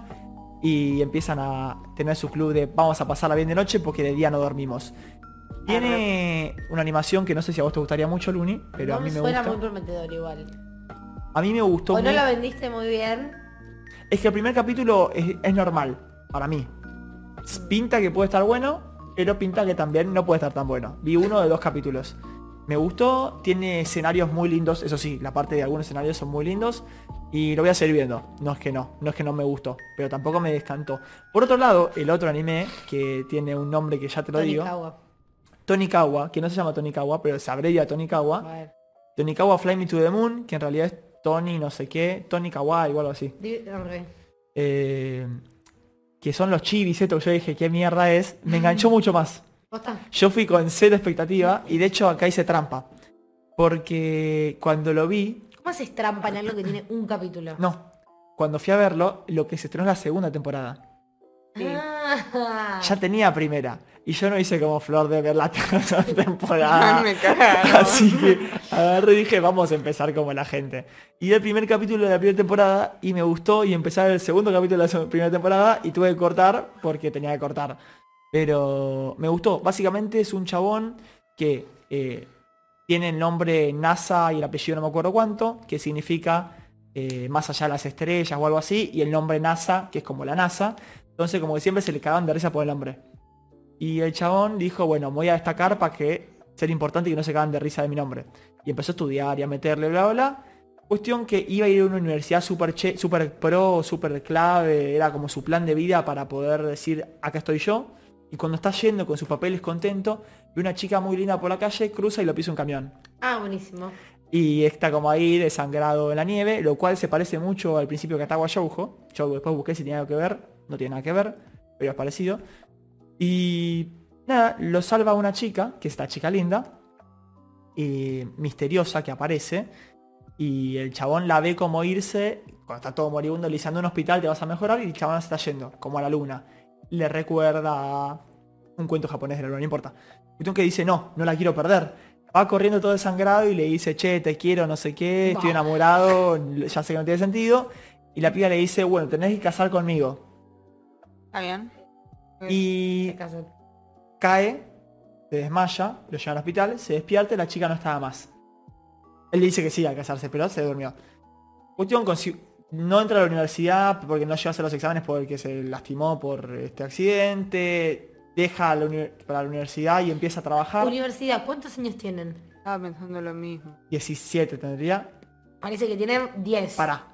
y empiezan a tener su club de vamos a pasarla bien de noche porque de día no dormimos. Tiene una animación que no sé si a vos te gustaría mucho, Luni, pero no a mí me suena gusta. muy prometedor igual. A mí me gustó O no muy- lo vendiste muy bien. Es que el primer capítulo es, es normal, para mí. Pinta que puede estar bueno, pero pinta que también no puede estar tan bueno. Vi uno de dos capítulos. Me gustó, tiene escenarios muy lindos, eso sí, la parte de algunos escenarios son muy lindos. Y lo voy a seguir viendo. No es que no, no es que no me gustó, pero tampoco me descantó. Por otro lado, el otro anime, que tiene un nombre que ya te lo digo. Tonikawa. Tonikawa, que no se llama Tonikawa, pero se abrevia Tonikawa. A ver. Tonikawa Fly Me to the Moon, que en realidad es Tony no sé qué, Tonikawa o algo así. Di- no, re. Eh, que son los chivis, esto que yo dije, ¿qué mierda es? Me enganchó mucho más. ¿Posta? Yo fui con cero expectativa y de hecho acá hice trampa. Porque cuando lo vi, ¿Cómo haces trampa en algo que tiene un capítulo? no, cuando fui a verlo, lo que se estrenó es la segunda temporada. Sí. Ah. Ya tenía primera. Y yo no hice como Flor de ver la tercera temporada. Me cagaron. Así que agarré y dije, vamos a empezar como la gente. Y el primer capítulo de la primera temporada y me gustó y empezar el segundo capítulo de la se- primera temporada y tuve que cortar porque tenía que cortar. Pero me gustó. Básicamente es un chabón que eh, tiene el nombre NASA y el apellido no me acuerdo cuánto, que significa eh, más allá de las estrellas o algo así, y el nombre NASA, que es como la NASA. Entonces como que siempre se le cagaban de risa por el nombre. Y el chabón dijo, bueno, me voy a destacar para que ser importante y que no se cagan de risa de mi nombre. Y empezó a estudiar y a meterle, bla, bla, bla. Cuestión que iba a ir a una universidad super, che, super pro, super clave, era como su plan de vida para poder decir, acá estoy yo. Y cuando está yendo con sus papeles contento, ve una chica muy linda por la calle, cruza y lo pisa un camión. Ah, buenísimo. Y está como ahí desangrado en la nieve, lo cual se parece mucho al principio que Katawa Shoujo. Yo después busqué si tenía algo que ver, no tiene nada que ver, pero es parecido. Y nada, lo salva una chica, que es esta chica linda, eh, misteriosa que aparece y el chabón la ve como irse, cuando está todo moribundo, le dice anda a un hospital, te vas a mejorar y el chabón se está yendo, como a la luna. Le recuerda un cuento japonés de la luna, no importa. Cuestión que dice no, no la quiero perder. Va corriendo todo desangrado y le dice che, te quiero, no sé qué, estoy enamorado, ya sé que no tiene sentido. Y la piba le dice bueno, tenés que casar conmigo. Está bien. Y Se casó. cae, se desmaya, lo lleva al hospital, se despierta y la chica no estaba más. Él le dice que sí a casarse, pero se durmió. Cuestión, consi- no entra a la universidad porque no llega a hacer los exámenes porque se lastimó por este accidente. Deja la uni- para la universidad y empieza a trabajar. Universidad, ¿cuántos años tienen? Estaba pensando lo mismo. diecisiete tendría. Parece que tienen diez. Para.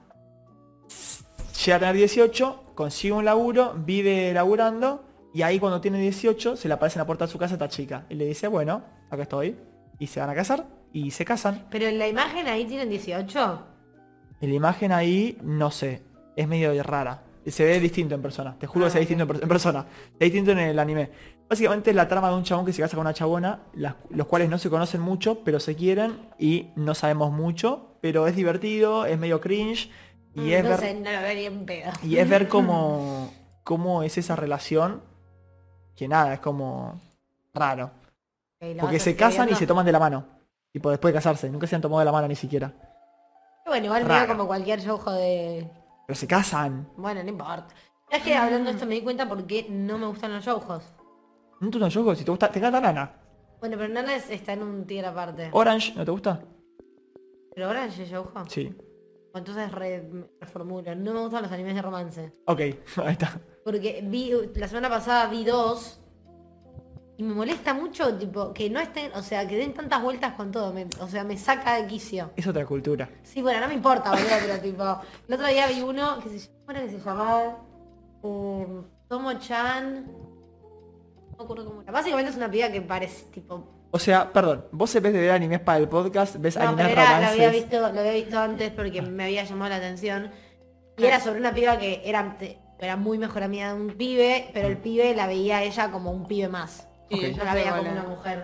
Llega a tener dieciocho, consigue un laburo, vive laburando. Y ahí cuando tiene dieciocho se le aparece en la puerta de su casa esta chica. Y le dice, bueno, acá estoy. Y se van a casar. Y se casan. Pero en la imagen ahí tienen dieciocho. En la imagen ahí, no sé. Es medio rara. Se ve distinto en persona. Te juro Ah, que se ve ok. distinto en, per- en persona. Se ve distinto en el anime. Básicamente es la trama de un chabón que se casa con una chabona. Las, los cuales no se conocen mucho, pero se quieren. Y no sabemos mucho. Pero es divertido, es medio cringe. Y Mm, es no ver, sé, no lo vería en pedo. y es ver cómo, cómo es esa relación. Que nada, es como raro. Ok, ¿la Porque vas a se seguir casan y viendo? se toman de la mano. Tipo, después de casarse. Nunca se han tomado de la mano ni siquiera. Bueno, igual Raro. medio como cualquier show de... Pero se casan. Bueno, no importa. Es que hablando de esto me di cuenta porque no me gustan los youjos. ¿No te gustan los si te gusta? ¿Te encanta Nana? Bueno, pero Nana es- está en un tigre aparte. Orange, ¿no te gusta? ¿Pero ahora es youjo? Sí. Entonces re- me reformulo. No me gustan los animes de romance. Ok, ahí está. Porque vi, la semana pasada vi dos. Y me molesta mucho, tipo, que no estén, o sea, que den tantas vueltas con todo. me- o sea, me saca de quicio. Es otra cultura. Sí, bueno, no me importa, boludo, pero tipo. El otro día vi uno que se, ¿cómo era que se llamaba? Eh, Tomo-chan. No me acuerdo cómo era. Básicamente es una piba que parece, tipo. O sea, perdón, vos en vez de ver animes para el podcast, ves No, pero animes era, lo romances. había visto, lo había visto antes porque me había llamado la atención. Y era sobre una piba que era, era muy mejor amiga de un pibe, pero el pibe la veía a ella como un pibe más. Sí, Ok. ya No la sé veía cuál como es. una mujer.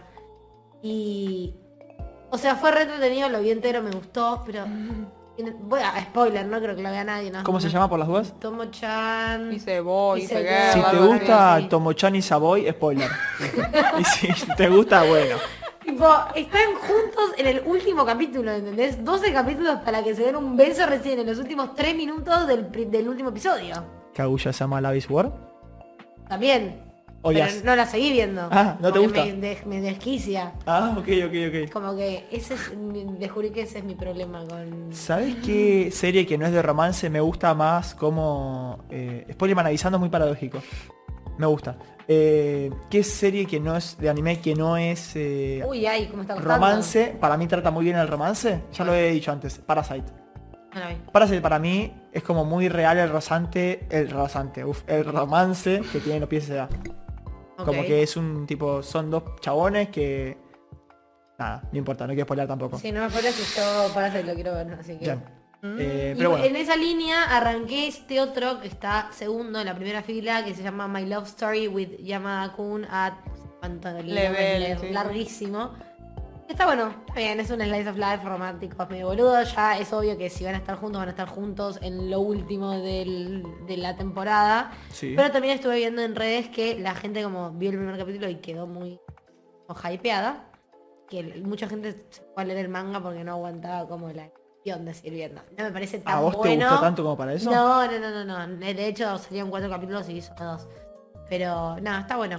Y. O sea, fue re entretenido, lo vi entero, me gustó, pero. tiene- Voy a spoiler, no creo que lo vea nadie. ¿no? ¿Cómo se llama por las dudas? Tomo-chan. Hice boy, Hice hice girl, girl. Si te algo gusta así. Tomo-chan y Savoy, spoiler. Y si te gusta, bueno. Tipo, están juntos en el último capítulo, ¿entendés? doce capítulos para que se den un beso recién en los últimos tres minutos del, pri- del último episodio. Kaguya-sama Love is War. También. Odias. Pero no la seguí viendo. Ah, ¿no te Porque gusta? Me, de- me desquicia. Ah, ok, ok, ok. Como que ese es, mi- descubrí que ese es mi problema con... ¿Sabes qué serie que no es de romance me gusta más como... Eh, Spoilerman avisando es muy paradójico. Me gusta. Eh, ¿Qué serie que no es de anime, que no es eh, Uy, ay, cómo está costando. romance? Para mí trata muy bien el romance. Ya lo he dicho antes. Parasite. No la vi. Parasite para mí es como muy real el rozante, el rozante, uf, el romance que tienen los pies de edad. Ok. Como que es un tipo, son dos chabones que... Nada, no importa, no quiero spoiler tampoco. Sí, no me acuerdo si yo Parasite lo quiero ver, así que... Bien. Eh, Y pero bueno, en esa línea arranqué este otro que está segundo en la primera fila, que se llama My Love Story with Yamada Kun at cuánto Level, level, sí. larguísimo. Está bueno, está bien, es un slice of life romántico, es medio boludo, ya es obvio que si van a estar juntos, van a estar juntos en lo último del- de la temporada. sí. Pero también estuve viendo en redes que la gente como vio el primer capítulo y quedó muy como hypeada, que mucha gente se fue a leer el manga porque no aguantaba como la acción de seguir viendo. No me parece tan ¿A vos te bueno. gustó tanto como para eso? No, no, no, no, no. De hecho salían cuatro capítulos y hizo dos. Pero nada, está bueno.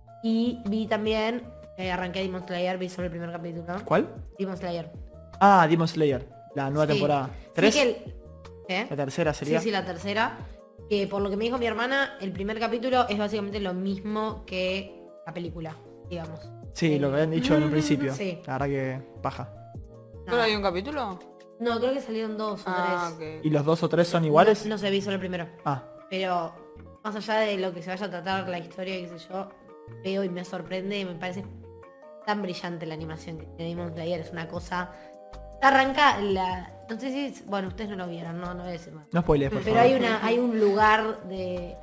Y vi también, eh, arranqué Demon Slayer, vi solo el primer capítulo. ¿Cuál? Demon Slayer. Ah, Demon Slayer, la nueva Sí. temporada. Sí ¿Tres? que el- ¿Eh? La tercera Sí, sería. sí, la tercera. Que por lo que me dijo mi hermana, el primer capítulo es básicamente lo mismo que la película, digamos. Sí, lo que habían dicho en un principio. Sí. La verdad que paja. ¿Solo Nada. hay un capítulo? No, creo que salieron dos o Ah, tres. ok. ¿Y los dos o tres son iguales? No, no sé, vi solo el primero. Ah, Pero más allá de lo que se vaya a tratar la historia, qué sé yo, veo y me sorprende y me parece tan brillante la animación que tiene Demon Slayer. Es una cosa... Arranca la... No sé si... es- Bueno, ustedes no lo vieron, no, no voy a decir más. no spoilees, por Pero favor. hay una hay un lugar de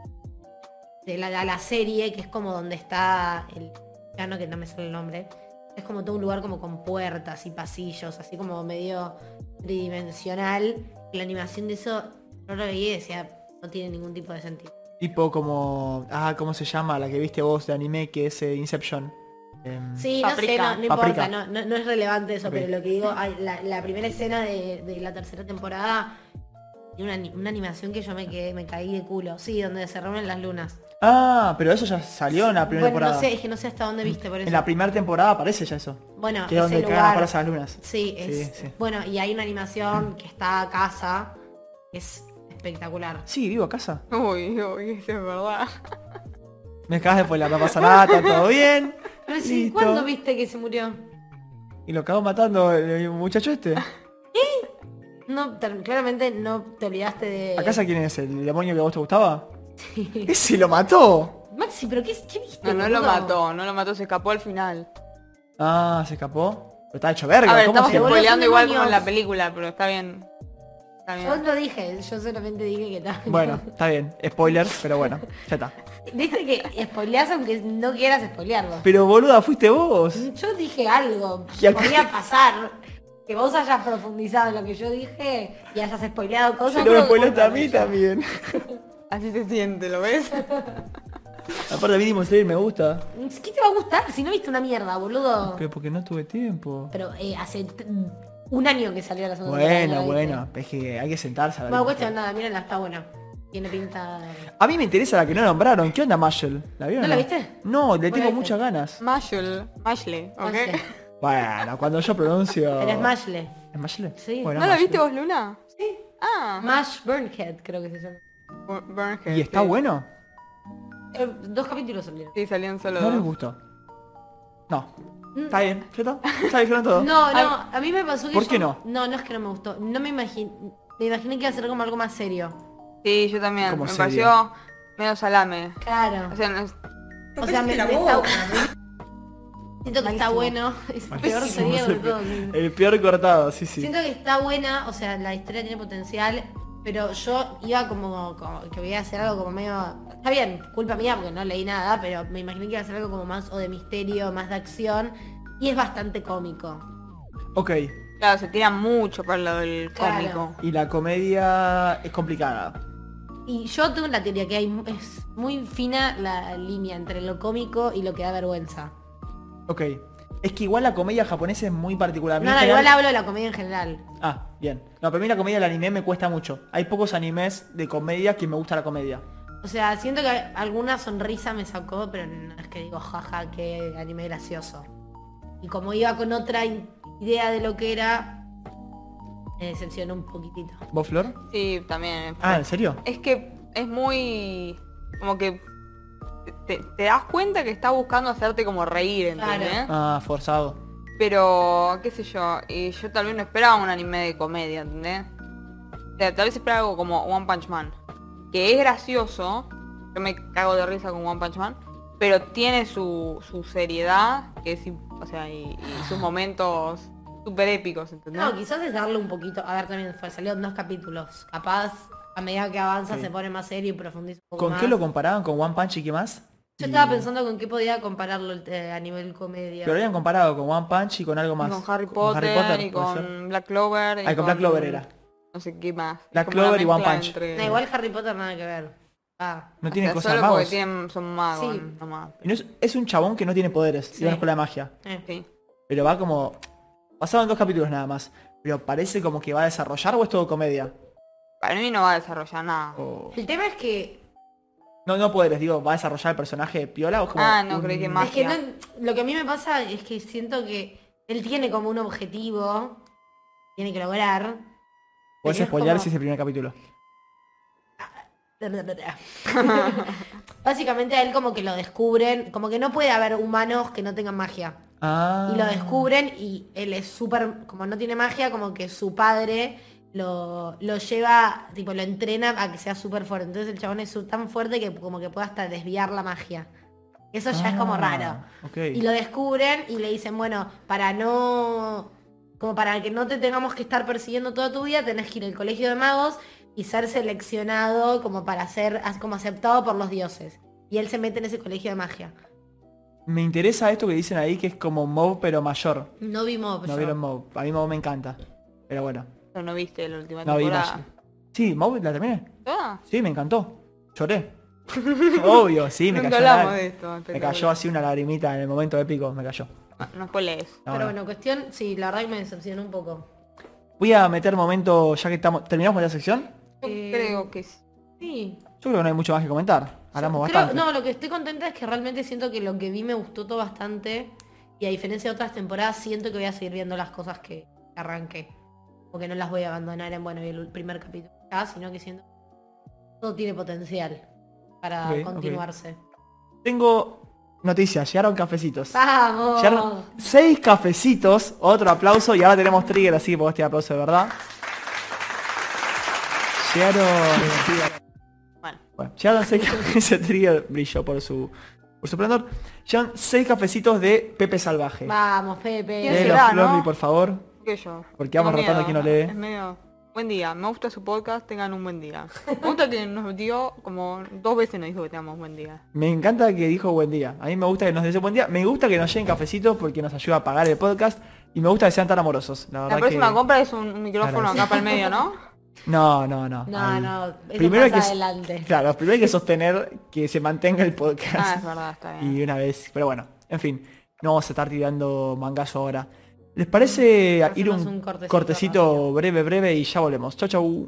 de la, la- la serie que es como donde está el piano, que no me sale el nombre, Es como todo un lugar como con puertas y pasillos, así como medio tridimensional. La animación de eso, no lo veía y decía, no tiene ningún tipo de sentido. Tipo como... Ah, ¿cómo se llama? La que viste vos de anime, que es eh, Inception. Em, Sí, no sé, Paprika. no, no Paprika. importa, no, no, no es relevante eso, Ok. pero lo que digo, ay, la, la primera escena de, de la tercera temporada tiene una, ani- una animación que yo me quedé, me caí de culo. Sí, donde se reúnen las lunas. Ah, pero eso ya salió en la primera Bueno, temporada. no sé, es que no sé hasta dónde viste por eso. En la primera temporada aparece ya eso. Bueno, Que es ese donde cagan a lugar. palos a las lunas. Sí, es, Sí, sí. bueno, y hay una animación que está a casa, que es espectacular. Sí, vivo a casa. Uy, uy, eso es verdad. Me acabas de spoiler, no pasa nada, está todo bien. Pero sí, Listo. ¿cuándo viste que se murió? Y lo acabó matando el, el muchacho este. No, te- claramente no te olvidaste de... ¿A casa quién es? ¿El demonio que a vos te gustaba? Ese lo mató. Maxi, ¿pero qué, qué viste? No, no lo boludo? mató, no lo mató, se escapó al final. Ah, se escapó. Pero está hecho verga. A ver, ¿Cómo estamos se boludo, spoileando son igual como demonios. en la película, pero está bien. Está Yo bien. no dije, yo solamente dije que tal. Bueno, está bien. Spoiler, pero bueno, ya está. Viste que spoileás aunque no quieras spoilearlo. Pero boluda, fuiste vos. Yo dije algo, ¿Y a qué? podría pasar. Que vos hayas profundizado en lo que yo dije y hayas spoileado cosas. Pero me pero spoilaste a mí culpa también. Así se siente, ¿lo ves? Aparte a mí Demon Slayer me gusta. tuya. ¿Qué te va a gustar si no viste una mierda, boludo? Pero porque no tuve tiempo. Pero eh, hace t- un año que salió la segunda temporada, Bueno, ¿no la viste? bueno. Es que hay que sentarse a la Bueno, vista. cuestión nada, mírenla, está buena. Tiene pinta... A mí me interesa la que no nombraron. ¿Qué onda Marshall? ¿La vieron? ¿No la o viste? No, le ¿Cuál tengo es? muchas ganas. Mashle, Mashle, ¿ok? Mashle. Bueno, cuando yo pronuncio... Pero es Mashle. ¿Es Mashle? Sí. Bueno, ¿No la Mashle. viste vos, Luna? Sí. Ah, Mash Burnhead, creo que se llama. Bur- Burnhead. ¿Y está sí. bueno? Eh, dos capítulos salieron. Sí, salían solo No les dos. gustó. No. Está bien, ya está. Ya dijeron todo. No, no, a mí me pasó que ¿Por yo- qué no? No, no es que no me gustó. No me imaginé... Me imaginé que iba a ser como algo más serio. Sí, yo también. ¿Cómo Me serio? pareció menos salame. Claro. O sea, no es- O sea, me, me está... Siento que está bueno. Es el peor sería de todo. sí. El peor cortado, sí, sí. Siento que está buena, o sea, la historia tiene potencial, pero yo iba como, como que voy a hacer algo como medio... Está bien, culpa mía porque no leí nada, pero me imaginé que iba a ser algo como más o de misterio, más de acción, y es bastante cómico. Ok. claro, se tira mucho para el lado del Claro. cómico. Y la comedia es complicada. Y yo tengo la teoría que hay, es muy fina la línea entre lo cómico y lo que da vergüenza. Ok. Es que igual la comedia japonesa es muy particular. A mí No, en no, general- igual hablo de la comedia en general. Ah, bien. No, pero a mí la comedia del anime me cuesta mucho. Hay pocos animes de comedia que me gusta la comedia. O sea, siento que alguna sonrisa me sacó, pero no es que digo, jaja, qué anime gracioso. Y como iba con otra in- idea de lo que era, me decepcionó un poquitito. ¿Vos, Flor? Sí, también. Ah, ¿en serio? Es que es muy... como que... Te, te das cuenta que está buscando hacerte como reír, ¿entendés? Claro. Ah, forzado. Pero, qué sé yo, y yo tal vez no esperaba un anime de comedia, ¿entendés? O sea, tal vez esperaba algo como One Punch Man, que es gracioso, yo me cago de risa con One Punch Man, pero tiene su, su seriedad, que es, im- o sea, y, y sus momentos súper épicos, ¿entendés? No, quizás es darle un poquito, a ver también fue, salieron dos capítulos. Capaz, a medida que avanza Sí. se pone más serio y profundiza un poco ¿Con más. qué lo comparaban? ¿Con One Punch y qué más? Yo Y- estaba pensando con qué podía compararlo eh, a nivel comedia. Pero lo habían comparado con One Punch y con algo más. Con Harry Con Potter, y puede ser. con Black Clover. y Ah, con Black Clover era. No sé qué más. Black Como una Clover y One mezcla Punch. entre- No, igual Harry Potter nada que ver. Ah. No o tiene sea, cosas solo magos. porque tienen, son magos, Sí. nomás. Y no es, es un chabón que no tiene poderes, Sí. y va a la escuela de magia. Eh. Sí. Pero va como... Pasaban dos capítulos nada más. Pero parece como que va a desarrollar o es todo comedia. Para mí no va a desarrollar nada. O- El tema es que No, no poderes, digo, ¿va a desarrollar el personaje de Piola o es como Ah, no, un- creí que Es más. que Magia. no- lo que a mí me pasa es que siento que él tiene como un objetivo, tiene que lograr. Puedes pero es spoilear como- si es el primer capítulo. Básicamente a él como que lo descubren, como que no puede haber humanos que no tengan magia. Ah. Y lo descubren y él es súper, como no tiene magia, como que su padre lo, lo lleva, tipo lo entrena a que sea súper fuerte. Entonces el chabón es su- tan fuerte que como que puede hasta desviar la magia. Eso ya es como Ah, raro. ok. Y lo descubren y le dicen, bueno, para no... Como para que no te tengamos que estar persiguiendo toda tu vida, tenés que ir al colegio de magos y ser seleccionado como para ser as- como aceptado por los dioses. Y él se mete en ese colegio de magia. Me interesa esto que dicen ahí que es como Mob pero mayor. No vi Mob. No yo. vieron Mob. A mí Mob me encanta. Pero bueno. Pero no viste la última No vi temporada. Magic. Sí, Mob la terminé. ¿Toda? Sí, me encantó. Lloré. Obvio, sí, me Nunca cayó. hablamos una- de esto. Me espectacular. cayó así una lagrimita en el momento épico, me cayó. No, no spoilees. No, Pero no. bueno, cuestión, sí, la verdad que me decepcionó un poco. Voy a meter momento, ya que estamos. ¿Terminamos con la sección? Yo Eh, creo que sí. Sí. Yo creo que no hay mucho más que comentar. Hablamos Creo- bastante. no, lo que estoy contenta es que realmente siento que lo que vi me gustó todo bastante. Y a diferencia de otras temporadas, siento que voy a seguir viendo las cosas que arranqué. Porque no las voy a abandonar en, bueno, vi el primer capítulo ya, sino que siento que todo tiene potencial para Ok, ok. continuarse. Tengo noticias, llegaron cafecitos. ¡Vamos! Llegaron seis cafecitos, otro aplauso y ahora tenemos trigger, así que pongo este aplauso de verdad. Llegaron... Bueno. Bueno, llegaron seis cafecitos, ese trigger brilló por su, por su esplendor. Llegaron seis cafecitos de Pepe Salvaje. Vamos, Pepe. ¿Quién Léelo, será, Florly, no? por favor. ¿Qué yo? Porque vamos Tengo rotando miedo. quién lo lee. Es medio... Buen día, me gusta su podcast, tengan un buen día. Me gusta que nos dio como dos veces nos dijo que tengamos buen día. Me encanta que dijo buen día. A mí me gusta que nos desee buen día. Me gusta que nos lleguen cafecitos porque nos ayuda a pagar el podcast. Y me gusta que sean tan amorosos. La La verdad próxima que... compra es un, un micrófono Agradecido. acá para el medio, ¿no? No, no, no. No, Ahí. no, eso Primero hay pasa que... adelante. Claro, primero hay que sostener que se mantenga el podcast. Ah, es verdad, está bien. Y una vez, pero bueno, en fin, no vamos a estar tirando mangazo ahora. ¿Les parece Hacemos ir un, un cortecito cortecito, rápido. breve, breve y ya volvemos? Chau, chau.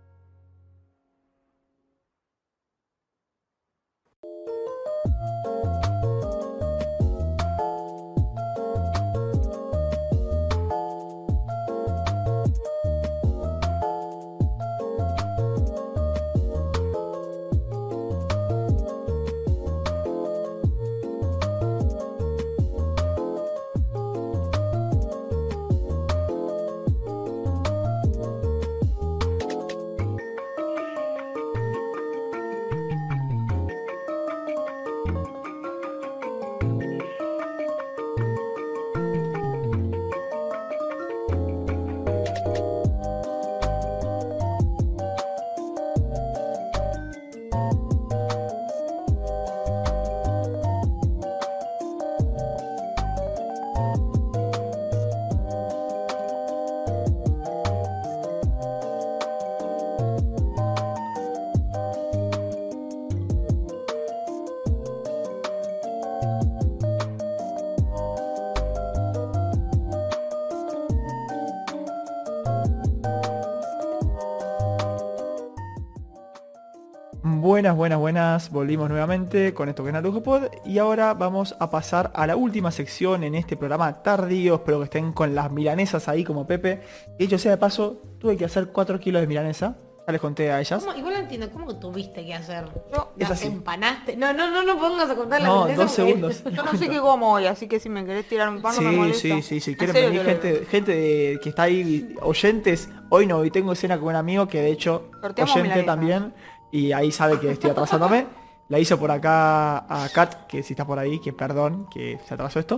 Buenas, buenas, buenas. Volvimos nuevamente con esto que es Narujo Pod. Y ahora vamos a pasar a la última sección en este programa tardío. Espero que estén con las milanesas ahí como Pepe. Y dicho sea de paso, tuve que hacer cuatro kilos de milanesa. Ya les conté a ellas. ¿Cómo? Igual no entiendo, ¿cómo que tuviste que hacer? Yo, Es ¿Las así. empanaste? No, no, no, no pongas a contar la No, milanesa dos porque- segundos. yo no sé qué como hoy, así que si me querés tirar un pan no me Sí, molesta. sí, sí, sí. En Quieren serio venir te lo digo. gente, gente de- que está ahí, oyentes. Hoy no, hoy tengo escena con un amigo que de hecho, Sorteamos oyente milanesas. también. Y ahí sabe que estoy atrasándome. La hizo por acá a Kat, que si está por ahí, que perdón, que se atrasó esto.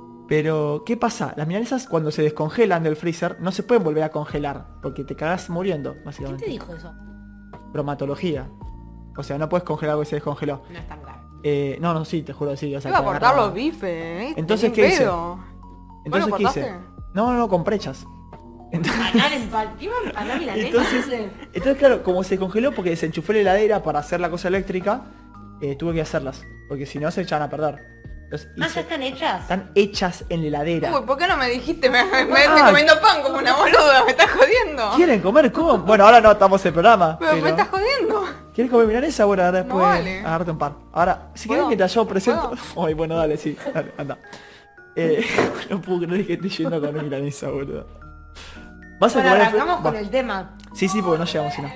Pero, ¿qué pasa? Las milanesas cuando se descongelan del freezer no se pueden volver a congelar. Porque te cagás muriendo, ¿Quién básicamente. te dijo eso? Bromatología. O sea, no puedes congelar algo que se descongeló. No es tan grave. Eh, no, no, sí, te juro, sí. O sea, Iba a te cortar agarra- los bifes, ¿eh? Entonces, Ni ¿qué hice? pedo. Entonces, ¿Vos ¿qué lo hice? cortaste? No, no, no, con prechas. Entonces, ¿Empanar en pan? ¿Qué iba a empanar milanesa? entonces, entonces, claro, como se congeló porque desenchufé la heladera para hacer la cosa eléctrica, eh, tuve que hacerlas. Porque si no se echan a perder. Entonces, Ah, hice- ya están hechas. están hechas en la heladera. Uy, ¿por qué no me dijiste? Me, me, me Ah. estoy comiendo pan como una boluda, me estás jodiendo. ¿Quieren comer? ¿Cómo? Bueno, ahora no estamos en el programa. Pero me pero- estás jodiendo. ¿Quieres comer milanesa? Bueno, ahora después No vale. agarrarte un par. Ahora, si ¿Puedo? querés mientras yo presento... ¿Puedo? Ay, bueno, dale, sí. Dale, anda. Eh, no puedo creer que esté yendo con milanesa, boludo. ¿Vas a Bueno, comer el arrancamos fre- con Va. el tema. Sí, sí, porque no llegamos si no.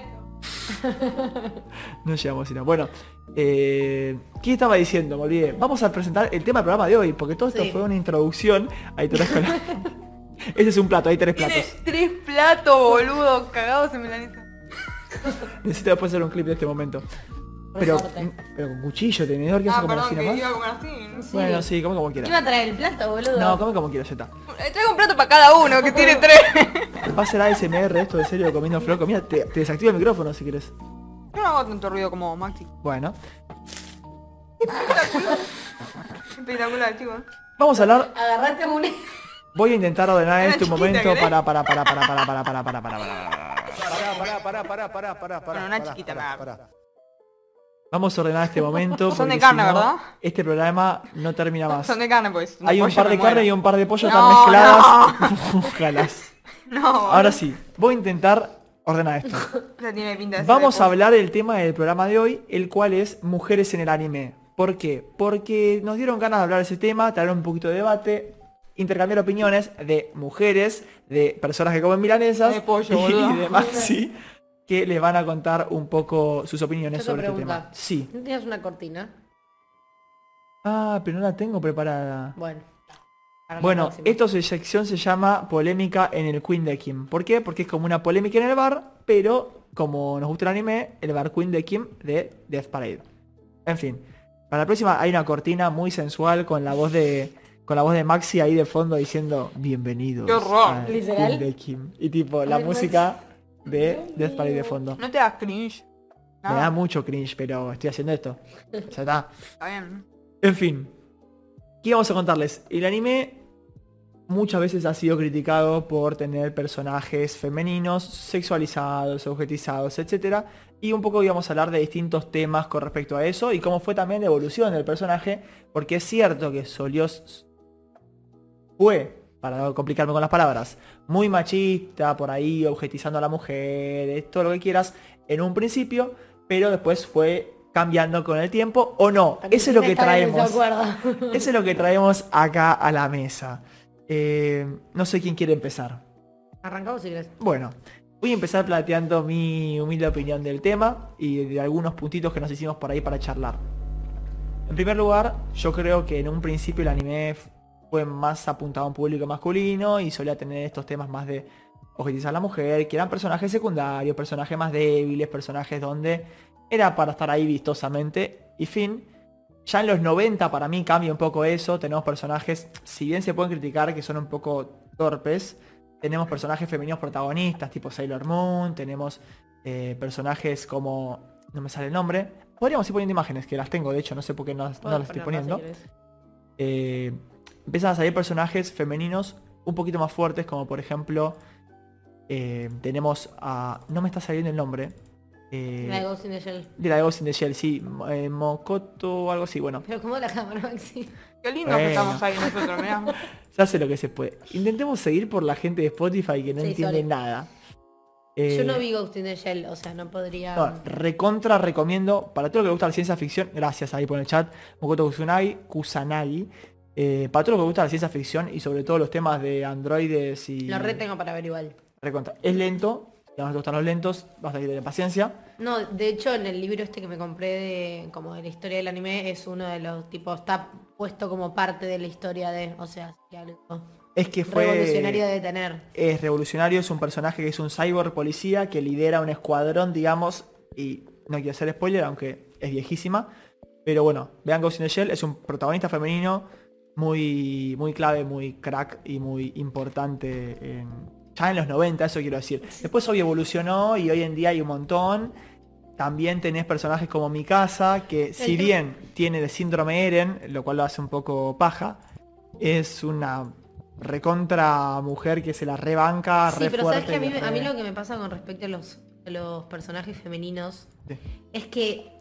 No llegamos si no. Bueno, eh, ¿qué estaba diciendo? Me olvidé. Vamos a presentar el tema del programa de hoy, porque todo esto Sí. fue una introducción. Ahí te con la... Ese es un plato, hay tres Tiene platos. tres platos, boludo, cagados en milanesa. Necesito después hacer un clip de este momento. Pero, Resorte. pero con cuchillo, tenedor, que hace Ah, como perdón, así que nomás. iba a comer así. Sí. Bueno, sí, come como ¿Qué iba quieras. a traer el plato, boludo? No, come como quieras, ya está. Eh, Traigo un plato para cada uno, que tiene tres. Va a ser A S M R esto de serio comiendo floco. Mira, te, te desactiva el micrófono si querés. Yo no hago tanto ruido como Maxi. Bueno. Espectacular, chicos. Vamos a hablar... Agarrate un... Voy a intentar ordenar Una este chiquita, momento ¿querés? para, para, para, para, para, para, para, para, para, para. Pará, pará, pará, pará, pará, pará, pará. Bueno, una pará, chiquita, pará, nada. pará. Vamos a ordenar este momento. Son de porque carne, si no, ¿verdad? este programa no termina más. Son de carne, pues. Hay un par de carne y un par de pollo No, están mezcladas. Ojalas. No, Ahora sí, voy a intentar ordenar esto. ya tiene pinta de ser Vamos de a pollo. hablar del tema del programa de hoy, el cual es mujeres en el anime. ¿Por qué? Porque nos dieron ganas de hablar de ese tema, traer un poquito de debate, intercambiar opiniones de mujeres, de personas que comen milanesas De pollo, y boludo. demás, sí, que les van a contar un poco sus opiniones Yo te sobre este pregunta. tema. Sí. ¿No tienes una cortina? Ah, pero no la tengo preparada. Bueno. para la Bueno, próxima. esta sección se llama polémica en el Queen de Kim. ¿Por qué? Porque es como una polémica en el bar, pero como nos gusta el anime, el bar Queen de Kim de Death Parade. En fin, para la próxima hay una cortina muy sensual con la voz de con la voz de Maxi ahí de fondo diciendo bienvenidos ¡Qué horror! al ¿Literal? Queen de Kim. Y tipo la Ay, música de Death Parade de fondo. No te das cringe. Me No, da mucho cringe, pero estoy haciendo esto. Ya está. está bien. En fin, ¿qué vamos a contarles? El anime muchas veces ha sido criticado por tener personajes femeninos sexualizados, objetizados, etcétera. Y un poco íbamos a hablar de distintos temas con respecto a eso y cómo fue también la evolución del personaje, porque es cierto que Solios fue, para no complicarme con las palabras, muy machista, por ahí objetizando a la mujer, todo lo que quieras, en un principio, pero después fue cambiando con el tiempo, o no. Eso es lo que Está bien, traemos. se acuerda. Eso es lo que traemos acá a la mesa. Eh, no sé quién quiere empezar. Arrancamos si querés. Bueno, voy a empezar planteando mi humilde opinión del tema y de algunos puntitos que nos hicimos por ahí para charlar. En primer lugar, yo creo que en un principio el anime fue más apuntado a un público masculino y solía tener estos temas más de objetizar a la mujer, que eran personajes secundarios, personajes más débiles, personajes donde era para estar ahí vistosamente y fin. Ya en los noventa para mí cambia un poco eso, tenemos personajes, si bien se pueden criticar que son un poco torpes, tenemos personajes femeninos protagonistas tipo Sailor Moon, tenemos eh, personajes como... no me sale el nombre. Podríamos ir poniendo imágenes, que las tengo de hecho, no sé por qué no, no las estoy poniendo. Eh, empiezan a salir personajes femeninos un poquito más fuertes, como por ejemplo... eh, tenemos a... no me está saliendo el nombre. Eh, La de Ghost in the Shell. de la de Ghost in the Shell, sí. eh, Mokoto o algo así, bueno. Pero como la cámara, Maxi. Qué lindo Bueno. que estamos ahí nosotros, mirá. Se hace lo que se puede. Intentemos seguir por la gente de Spotify que no Sí, entiende sorry. nada. Eh, Yo no vi Ghost in the Shell, o sea, no podría... no, recontra recomiendo, para todo lo que le gusta la ciencia ficción, gracias ahí por el chat, Mokoto Kusanagi, Kusanagi eh, para todo lo que le gusta la ciencia ficción y sobre todo los temas de androides y... Lo re tengo para ver igual. recontra. Es lento, si no te gustan los lentos, vas a tener paciencia. No, de hecho en el libro este que me compré de como de la historia del anime es uno de los tipos, está puesto como parte de la historia de, o sea, que algo Es que fue... revolucionario de tener. Es revolucionario, es un personaje que es un cyborg policía que lidera un escuadrón, digamos, y no quiero hacer spoiler, aunque es viejísima. Pero bueno, vean Ghost in the Shell, es un protagonista femenino muy, muy clave, muy crack y muy importante en, ya en los noventa, eso quiero decir. Después hoy evolucionó y hoy en día hay un montón. También tenés personajes como Mikasa, que si bien tiene de síndrome Eren, lo cual lo hace un poco paja, es una recontra mujer que se la rebanca, Sí, re pero fuerte. sabes que a mí, re- a mí lo que me pasa con respecto a los, a los personajes femeninos Sí. es que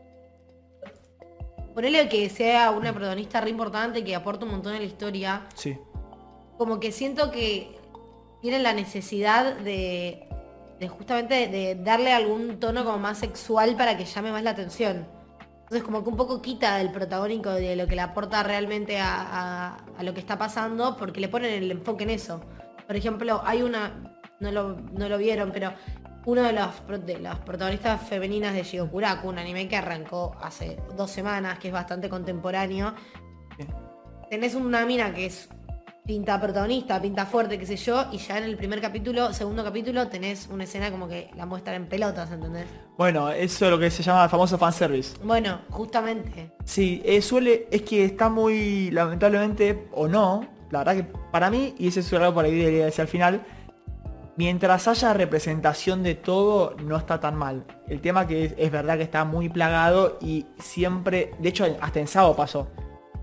ponerle que sea una protagonista re importante que aporta un montón a la historia, Sí. como que siento que tienen la necesidad de, de justamente de, de darle algún tono como más sexual para que llame más la atención. Entonces como que un poco quita del protagónico de lo que le aporta realmente a, a- a lo que está pasando porque le ponen el enfoque en eso. Por ejemplo, hay una, no lo, no lo vieron, pero uno de los, pro- de las protagonistas femeninas de Shigokuraku, un anime que arrancó hace dos semanas, que es bastante contemporáneo. Sí. Tenés una mina que es pinta protagonista, pinta fuerte, qué sé yo, y ya en el primer capítulo, segundo capítulo, tenés una escena como que la muestran en pelotas, ¿entendés? Bueno, eso es lo que se llama el famoso fanservice. Bueno, justamente. Sí, eh, suele, es que está muy, lamentablemente, o no, la verdad que para mí, y ese es algo por ahí debería decir al final, mientras haya representación de todo, no está tan mal. El tema que es, es verdad que está muy plagado y siempre, de hecho hasta en Sao pasó.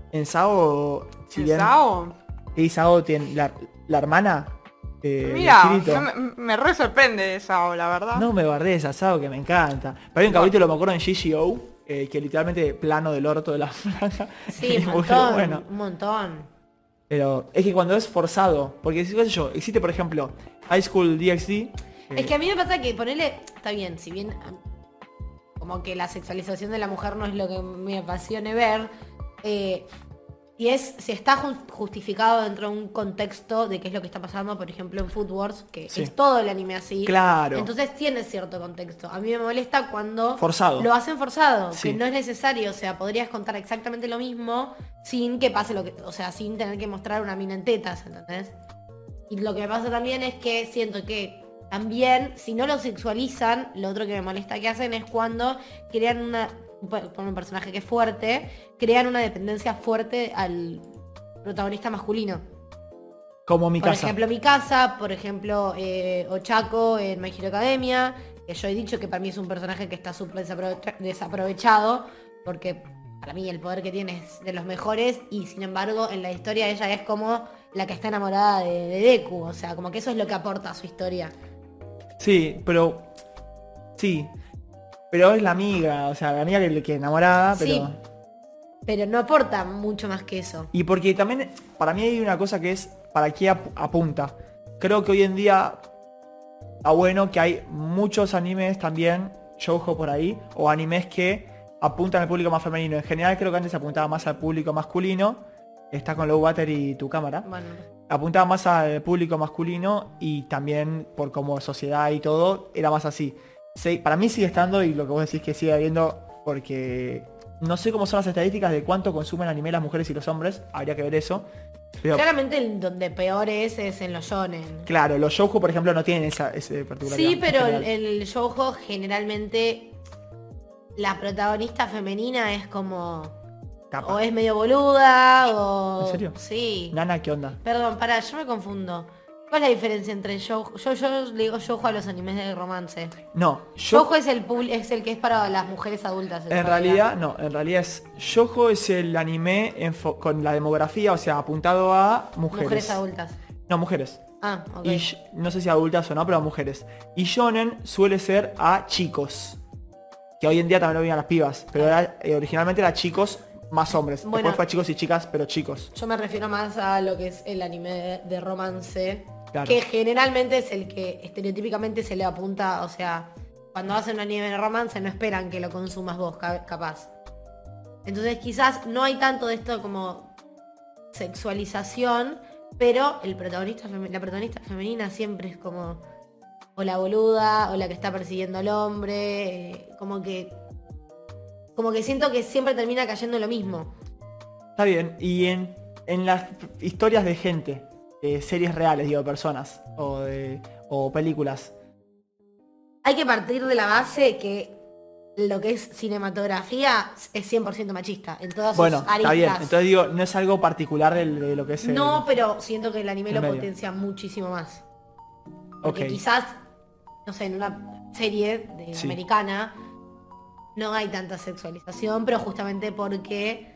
En Sao, si ¿En bien... Sao? Y Sao tiene la, la hermana eh, Mira, de Kirito. no me, me re sorprende Sao, la verdad. No me bardees a Sao, que me encanta. Pero hay un No. capítulo, me acuerdo, en G G O, eh, que literalmente plano del orto de la flaca. Sí, Y un muy montón, bueno. un montón. Pero es que cuando es forzado, porque si qué sé yo, existe por ejemplo High School D X D. Es que a mí me pasa que ponerle, está bien, si bien am, como que la sexualización de la mujer no es lo que me apasione ver, eh, y es, si está ju- justificado dentro de un contexto de qué es lo que está pasando, por ejemplo en Food Wars, que Sí. es todo el anime así. Claro. Entonces tiene cierto contexto. A mí me molesta cuando Forzado. lo hacen forzado, Sí. que no es necesario, o sea, podrías contar exactamente lo mismo sin que pase lo que, o sea, sin tener que mostrar una mina en tetas, ¿entendés? Y lo que me pasa también es que siento que también, si no lo sexualizan, lo otro que me molesta que hacen es cuando crean una, con un personaje que es fuerte, crean una dependencia fuerte al protagonista masculino. Como mi Por casa. ejemplo, mi casa, por ejemplo, eh, Ochako en My Hero Academia, que yo he dicho que para mí es un personaje que está súper desaprovecha- desaprovechado, porque para mí el poder que tiene es de los mejores, y sin embargo en la historia ella es como la que está enamorada de, de Deku, o sea, como que eso es lo que aporta a su historia. Sí, pero... Sí. Pero es la amiga, o sea, la amiga que, que enamorada, pero... Sí, pero no aporta mucho más que eso. Y porque también, para mí hay una cosa que es para qué ap- apunta. Creo que hoy en día está bueno que hay muchos animes también, shoujo por ahí, o animes que apuntan al público más femenino. En general creo que antes apuntaba más al público masculino. Está con Low Water y tu cámara. Bueno, Apuntaba más al público masculino y también por como sociedad y todo, era más así. Sí, para mí sigue estando, y lo que vos decís que sigue habiendo, porque no sé cómo son las estadísticas de cuánto consumen anime las mujeres y los hombres, habría que ver eso. Pero claramente el donde peor es es en los shonen. claro, los shoujo por ejemplo no tienen esa, ese particularidad. Sí, en pero el, general. el shoujo generalmente la protagonista femenina es como Capa. o es medio boluda o... ¿En serio? Sí. Nana, ¿qué onda? Perdón, pará, yo me confundo. ¿Cuál es la diferencia entre shoujo? Yo, yo le digo shoujo a los animes de romance. No, yo Shoujo es el publi- es el que es para las mujeres adultas. en realidad, no, en realidad es shoujo es el anime enfo- con la demografía, o sea, apuntado a mujeres. Mujeres adultas. No, mujeres. Ah, ok. Y sh- no sé si adultas o no, pero a mujeres. Y shonen suele ser a chicos. Que hoy en día también lo vienen a las pibas. Pero era- eh, originalmente era chicos más hombres. Bueno. Después fue chicos y chicas, pero chicos. Yo me refiero más a lo que es el anime de, de romance. Claro. Que generalmente es el que estereotípicamente se le apunta, o sea, cuando hacen un anime de romance no esperan que lo consumas vos, ca- capaz. Entonces quizás no hay tanto de esto como sexualización, pero el protagonista, feme- la protagonista femenina siempre es como o la boluda o la que está persiguiendo al hombre, eh, como que como que siento que siempre termina cayendo en lo mismo. Está bien. Y en, en las historias de gente, de series reales, digo, de personas, o de o películas. Hay que partir de la base que lo que es cinematografía es cien por ciento machista en todas Bueno, sus está aristas. bien. Entonces digo, no es algo particular del- de, lo que es el- No, pero siento que el anime el lo medio. potencia muchísimo más. Porque Ok. quizás, no sé, en una serie de Sí. americana no hay tanta sexualización, pero justamente porque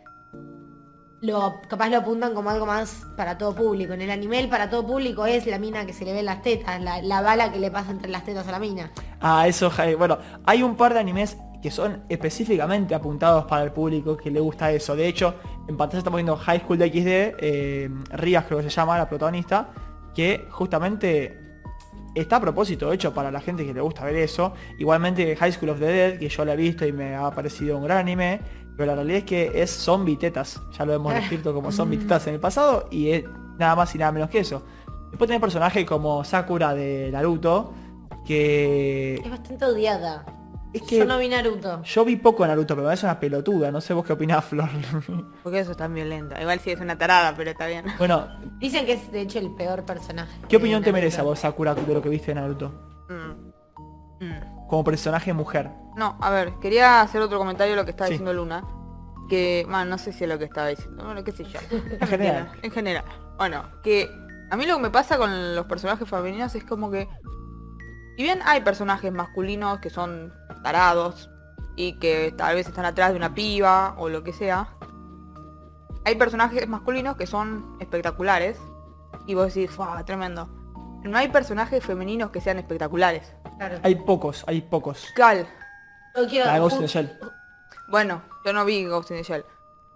lo capaz lo apuntan como algo más para todo público. En el anime el para todo público es la mina que se le ve en las tetas, la, la bala que le pasa entre las tetas a la mina. Ah, eso, ja- bueno, hay un par de animes que son específicamente apuntados para el público que le gusta eso. De hecho, en pantalla estamos viendo High School de X D, eh, Rías creo que se llama, la protagonista, que justamente está a propósito hecho para la gente que le gusta ver eso. Igualmente High School of the Dead, que yo la he visto y me ha parecido un gran anime, pero la realidad es que es zombie tetas. Ya lo hemos descrito como zombie tetas en el pasado y es nada más y nada menos que eso. Después tenés personajes como Sakura de Naruto, que Es bastante odiada. es que Yo no vi Naruto. yo vi poco Naruto, pero es una pelotuda. No sé vos qué opinás, Flor. Porque eso es tan violento. Igual sí es una tarada, pero está bien. Bueno, Dicen que es de hecho el peor personaje. ¿qué opinión de te Naruto. merece a vos, Sakura, de lo que viste de Naruto? Mm. Mm. Como personaje mujer. No, a ver, quería hacer otro comentario de lo que estaba Sí. diciendo Luna. Que, man, no sé si es lo que estaba diciendo. Bueno, qué sé yo. En general. En general. Bueno, que a mí lo que me pasa con los personajes femeninos es como que... Si bien hay personajes masculinos que son tarados y que tal vez están atrás de una piba o lo que sea, hay personajes masculinos que son espectaculares. Y vos decís, ¡wow! Tremendo. No hay personajes femeninos que sean espectaculares. Claro. Hay pocos, hay pocos. Cal. Yo quiero- La de Ghost in the Shell. Bueno, yo no vi Ghost in the Shell.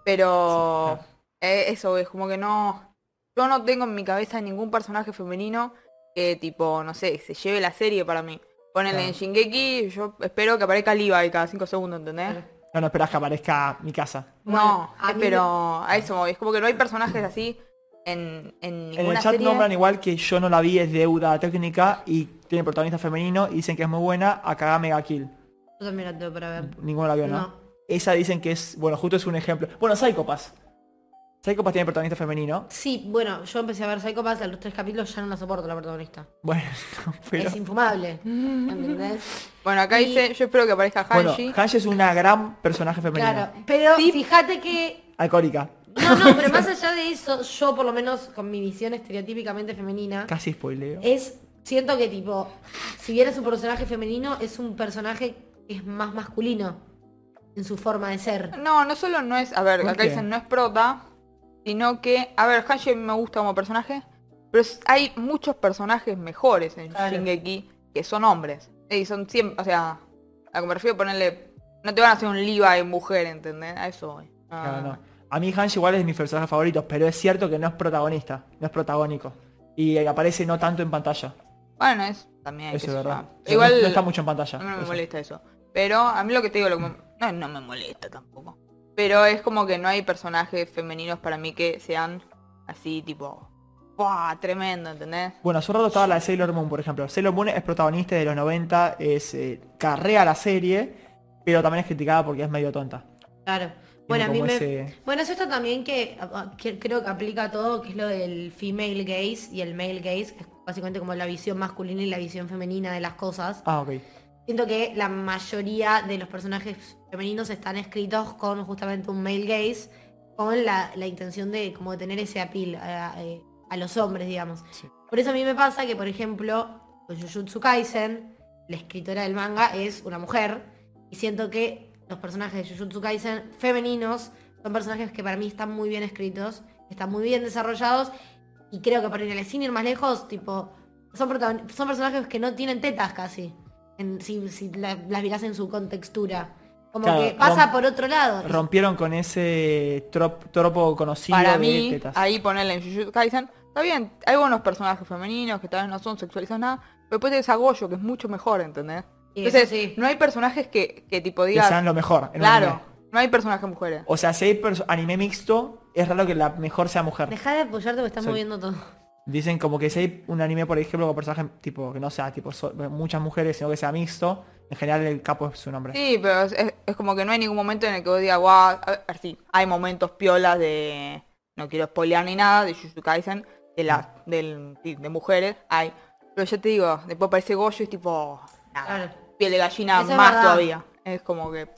Pero eh, eso es como que no... Yo no tengo en mi cabeza ningún personaje femenino que tipo, no sé, se lleve la serie para mí. Ponele Claro. en Shingeki, yo espero que aparezca Levi cada cinco segundos, ¿entendés? Claro. No, no esperás que aparezca mi casa. No, Bueno, a eh, mí pero a eso voy. Es como que no hay personajes así en, en En ninguna el chat serie. nombran igual que yo no la vi, es deuda técnica y tiene protagonista femenino y dicen que es muy buena, Akagame Mega Kill. Yo también la tengo para ver. Ninguno la vio, ¿no? No. Esa dicen que es, bueno, justo es un ejemplo. Bueno, Psycho Pass. Psycho Pass tiene protagonista femenino. Sí, bueno, yo empecé a ver Psycho Pass, a los tres capítulos ya no la soporto la protagonista. Bueno, pero... Es infumable. ¿Entendés? Bueno, acá Y- dice, yo espero que aparezca Bueno, Hanshi. Hanshi es una gran personaje femenina. Claro. Pero Sí. fíjate que. Alcohólica. No, no, pero más allá de eso, yo por lo menos con mi visión estereotípicamente femenina, Casi spoileo. es. Siento que tipo, si bien es un personaje femenino, es un personaje que es más masculino en su forma de ser. No, no solo no es, a ver, ¿Por acá qué? dicen no es prota, sino que, a ver, Hanshi a mí me gusta como personaje, pero es- hay muchos personajes mejores en Claro. Shingeki que son hombres. Y son siempre, o sea, a lo que me refiero a ponerle, no te van a hacer un Levi mujer, ¿entendés? A eso voy. No, Claro, no, no. A mí Hanshi igual es de mis personajes favoritos, pero es cierto que no es protagonista, no es protagónico. Y aparece no tanto en pantalla. Bueno, es también. Eso qué es sé yo. verdad. O sea, Igual no, no está mucho en pantalla. a mí no me eso. molesta eso. Pero a mí lo que te digo, lo que me- no, no me molesta tampoco. Pero es como que no hay personajes femeninos para mí que sean así tipo, ¡buah! Tremendo, ¿entendés? Bueno, hace un rato estaba la de Sailor Moon, por ejemplo. Sailor Moon es protagonista de los noventa, es eh, carrea la serie, pero también es criticada porque es medio tonta. Claro. Bueno, a mí como me. ese- Bueno, es esto también que, a- que creo que aplica a todo, que es lo del female gaze y el male gaze, que es básicamente como la visión masculina y la visión femenina de las cosas. Ah, ok. Siento que la mayoría de los personajes femeninos están escritos con justamente un male gaze, con la, la intención de como de tener ese appeal a, a- a los hombres, digamos. Sí. Por eso a mí me pasa que, por ejemplo, con Jujutsu Kaisen, la escritora del manga es una mujer, y siento que los personajes de Jujutsu Kaisen femeninos son personajes que para mí están muy bien escritos, están muy bien desarrollados, y creo que para ir al cine ir más lejos, tipo, son, protagon- son personajes que no tienen tetas casi, en- si, si la- las mirás en su contextura. Como Claro, que pasa romp- por otro lado. Rompieron con ese trop- tropo conocido Para de mí, tetas. ahí ponerle en Jujutsu Kaisen, está bien, hay buenos personajes femeninos que tal vez no son sexualizados nada, pero después tenés a Goyo, que es mucho mejor, ¿entendés? Y Entonces, eso sí. no hay personajes que, que tipo Que digas, sean lo mejor. en un claro, anime. no hay personajes mujeres. O sea, si hay perso- anime mixto, es raro que la mejor sea mujer. Deja de apoyarte porque estás Soy- moviendo todo. Dicen como que si hay un anime, por ejemplo, con personajes tipo que no sea tipo so- muchas mujeres, sino que sea mixto, en general el capo es su nombre. Sí, pero es, es- es como que no hay ningún momento en el que vos digas, guau, a ver, sí, hay momentos piolas de, no quiero spoilear ni nada, de Jujutsu Kaisen, de las, del, sí, de mujeres, hay. Pero ya te digo, después aparece Goyo y es tipo, nada, Claro. piel de gallina Eso es más verdad. todavía. Es como que,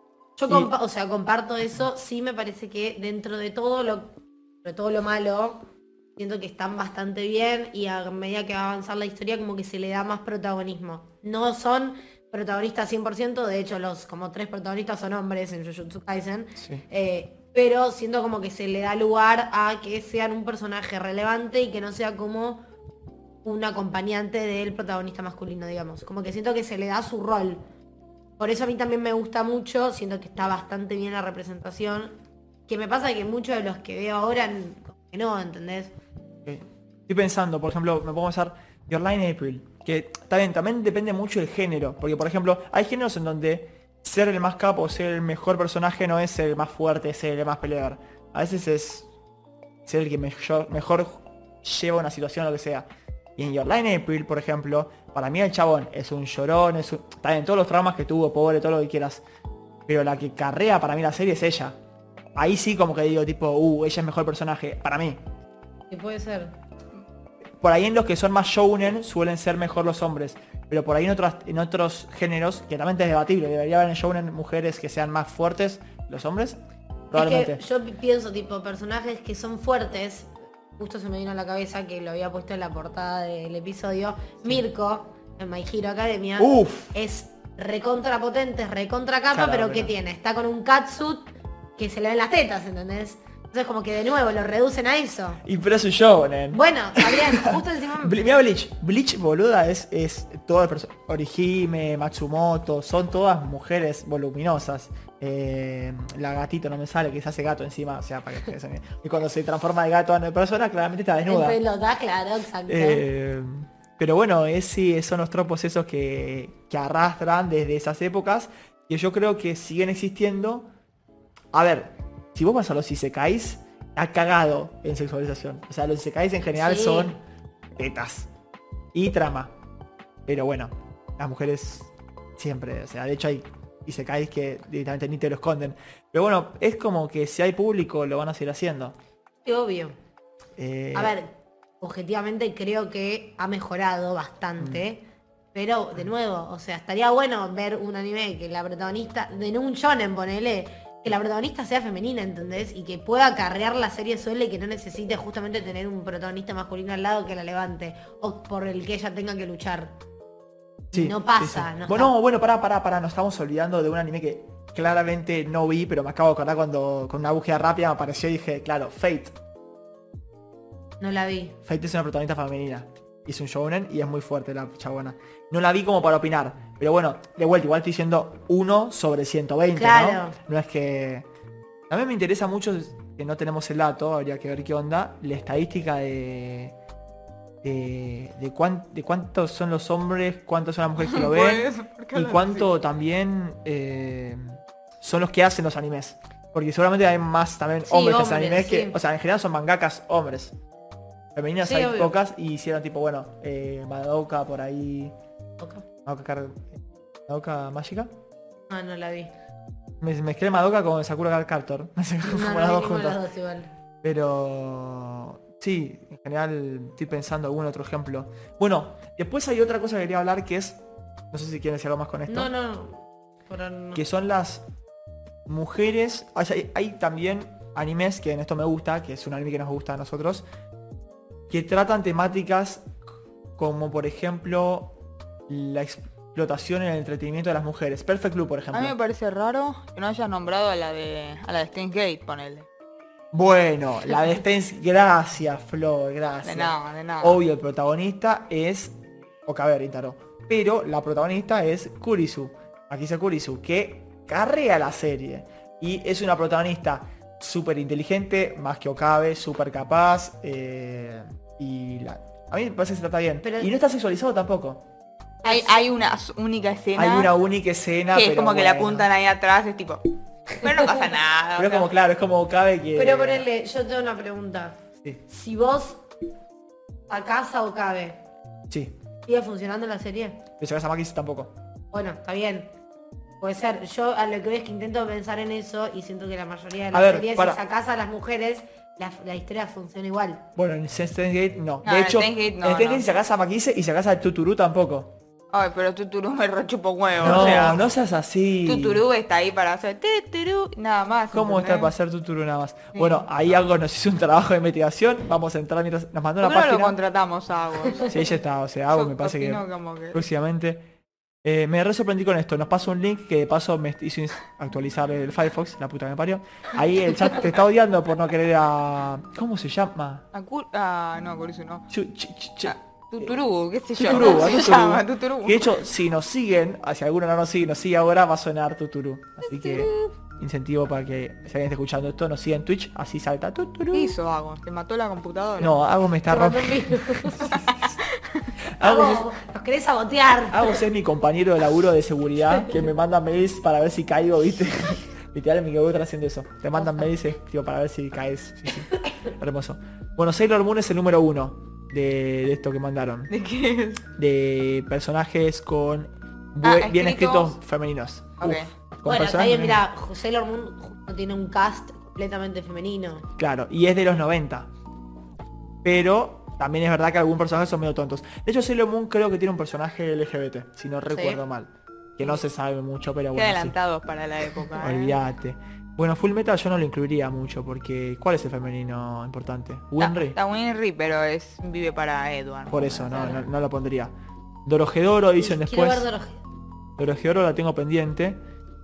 Yo Y- compa- o sea, comparto eso, sí me parece que dentro de todo lo, de todo lo malo, siento que están bastante bien y a medida que va a avanzar la historia como que se le da más protagonismo. No son protagonistas cien por ciento, de hecho los como tres protagonistas son hombres en Jujutsu Kaisen, Sí. eh, pero siento como que se le da lugar a que sean un personaje relevante y que no sea como un acompañante del protagonista masculino, digamos. Como que siento que se le da su rol. Por eso a mí también me gusta mucho, siento que está bastante bien la representación. Que me pasa que muchos de los que veo ahora, n- como que no, ¿entendés? Ok. Estoy pensando, por ejemplo, me pongo a pensar Your Line April, que está bien, también depende mucho del género, porque por ejemplo, hay géneros en donde ser el más capo, ser el mejor personaje no es ser el más fuerte, ser el más peleador. A veces es ser el que mejor, mejor lleva una situación o lo que sea. Y en Your Line April, por ejemplo, para mí el chabón es un llorón, es un... Está bien, todos los traumas que tuvo, pobre, todo lo que quieras. Pero la que carrea para mí la serie es ella. Ahí sí como que digo, tipo, uh, ella es mejor personaje, para mí. Que puede ser. Por ahí en los que son más shounen suelen ser mejor los hombres. Pero por ahí en otros, en otros géneros, que también es debatible, debería haber en shounen mujeres que sean más fuertes los hombres. Probablemente. Es que yo pi- pienso, tipo, personajes que son fuertes. Justo se me vino a la cabeza que lo había puesto en la portada del episodio. Mirko, en My Hero Academia, Uf. es recontra potente, es recontra capa, Claro, pero pero- ¿qué tiene? Está con un catsuit que se le ven las tetas, ¿entendés? Entonces Entonces como que de nuevo lo reducen a eso. Y pero es un show, nen. Bueno, Adrián, justo encima... Bli- Mira Bleach, Bleach boluda es, es todo el perso- Orihime, Matsumoto, son todas mujeres voluminosas. Eh, la gatito no me sale, que se hace gato encima, o sea, para que se- y cuando se transforma de gato a de persona, claramente está El desnuda. pelo da, claro, exacto. Eh, pero bueno, es, sí, son los tropos esos que, que arrastran desde esas épocas, que yo creo que siguen existiendo. A ver, si vos vas a los isekais, ha cagado en sexualización. O sea, los isekais en general Sí. son tetas y trama. Pero bueno, las mujeres siempre, o sea, de hecho hay isekais que directamente ni te lo esconden. Pero bueno, es como que si hay público lo van a seguir haciendo. Sí, obvio. Eh, A ver, objetivamente creo que ha mejorado bastante. Mm. Pero, de nuevo, o sea, estaría bueno ver un anime que la protagonista, de un shonen, ponele, que la protagonista sea femenina, ¿entendés? Y que pueda carrear la serie sola y que no necesite justamente tener un protagonista masculino al lado que la levante. O por el que ella tenga que luchar. Sí, no pasa, sí, sí. no Bueno, está- bueno, pará, pará, pará, nos estamos olvidando de un anime que claramente no vi, pero me acabo de acordar cuando con una búsqueda rápida me apareció y dije, claro, Fate. No la vi. Fate es una protagonista femenina. Es un shounen y es muy fuerte la chabona. No la vi como para opinar, pero bueno, de vuelta, igual estoy diciendo uno sobre ciento veinte, Claro. ¿no? No es que... También me interesa mucho, que no tenemos el dato, habría que ver qué onda, la estadística de... De, de, cuán- de cuántos son los hombres, cuántos son las mujeres que lo ven. Pues, ¿por qué Y hablas cuánto también eh, son los que hacen los animes. Porque seguramente hay más también Sí, hombres que hacen hombres, animes que... sí. O sea, en general son mangakas hombres. Femeninas Sí, hay obvio. pocas y hicieron tipo, bueno, eh, Madoka por ahí... Ok. Madoka, Car- Madoka Mágica. Ah, no la vi. Me mezclé Madoka con Sakura Card Captor. No, Como no las vi dos ninguna de las juntas. dos igual. Pero... Sí, en general estoy pensando algún otro ejemplo. Bueno, después hay otra cosa que quería hablar que es... No sé si quieren decir algo más con esto. No, no. Pero no. Que son las mujeres. O sea, hay, hay también animes que en esto me gusta, que es un anime que nos gusta a nosotros, que tratan temáticas como por ejemplo la explotación en el entretenimiento de las mujeres. Perfect Blue, por A ejemplo. mí me parece raro que no hayas nombrado a la de a la de Steins Gate, ponele. Bueno, la de Steins, gracias, Flo, gracias. De nada, de nada. Obvio, el protagonista es Okabe Rintaro. Pero la protagonista es Kurisu, Akisa Kurisu, que carrea la serie. Y es una protagonista súper inteligente, más que Okabe, súper capaz. eh, y la... a mí me parece que se trata bien. Pero- Y no está sexualizado tampoco. Hay, hay una s- única escena Hay una única escena. que es pero como que la bueno. apuntan ahí atrás, es tipo... Pero no pasa nada. Pero es o sea. como, claro, es como Okabe que... Pero ponele, yo tengo una pregunta. Sí, Si vos sacás a Okabe, sí. ¿sigue funcionando la serie? Pero si vas a Makis tampoco. Bueno, está bien. Puede ser. Yo a lo que veo es que intento pensar en eso y siento que la mayoría de A las ver, series, para. si sacás a las mujeres, la, la historia funciona igual. Bueno, en Steins Gate no. No, De en hecho, Steins Gate no, en Steins no. Gate sacás a Makise y sacás a Tuturu tampoco. Ay, pero Tuturu me rechupo huevo. No, o sea, no seas así. Tuturu está ahí para hacer Tuturu, nada más. ¿Cómo está ¿entendés? para hacer Tuturu nada más? Bueno, ahí algo nos hizo un trabajo de investigación. Vamos a entrar mientras nos mandó ¿Por una qué no lo página. contratamos a Agos? Sí, ella está, o sea, algo Yo me parece que opino como que- próximamente. Eh, me re sorprendí con esto. Nos pasa un link que de paso me hizo ins- actualizar el Firefox, la puta que me parió. Ahí el chat te está odiando por no querer a... ¿Cómo se llama? A Kur- ah, no, Kurisu no. Chu- ch- ch- ch- Ah, Tuturu, qué sé yo. Tuturu, ¿cómo a se Tuturu. llama? Tuturu. Que de hecho, si nos siguen, si alguno no nos sigue, nos sigue ahora, va a sonar Tuturu. Así que incentivo para que si alguien está escuchando esto, nos siga en Twitch, así salta Tuturu. ¿Qué hizo Agos? ¿Te mató la computadora? No, Agos me está Te mandó un rompiendo. virus. Agos, Vos, nos querés sabotear. Agos es mi compañero de laburo de seguridad que me manda mails para ver si caigo, ¿viste? Literal, mi computer haciendo eso. Te mandan mails eh, tío, para ver si caes. Sí, sí. Hermoso. Bueno, Sailor Moon es el número uno de, de esto que mandaron. ¿De qué es? De personajes con Ah, bue- bien escritos. escritos femeninos. Ok. Uf, con Bueno, está personajes bien, femeninos. mira, Sailor Moon justo tiene un cast completamente femenino. Claro, y es de los noventa. Pero también es verdad que algunos personajes son medio tontos. De hecho, Sailor Moon creo que tiene un personaje L G B T, si no recuerdo mal. Que no se sabe mucho, pero Qué bueno, sí. adelantados para la época. ¿eh? Olvídate. Bueno, Full Metal yo no lo incluiría mucho porque ¿cuál es el femenino importante? Está, Winry. está Winry, pero es vive para Edward. Por eso, no, no, no lo pondría. Dorohedoro dicen Quiero después. ver Dorohedoro. Dorohedoro la tengo pendiente.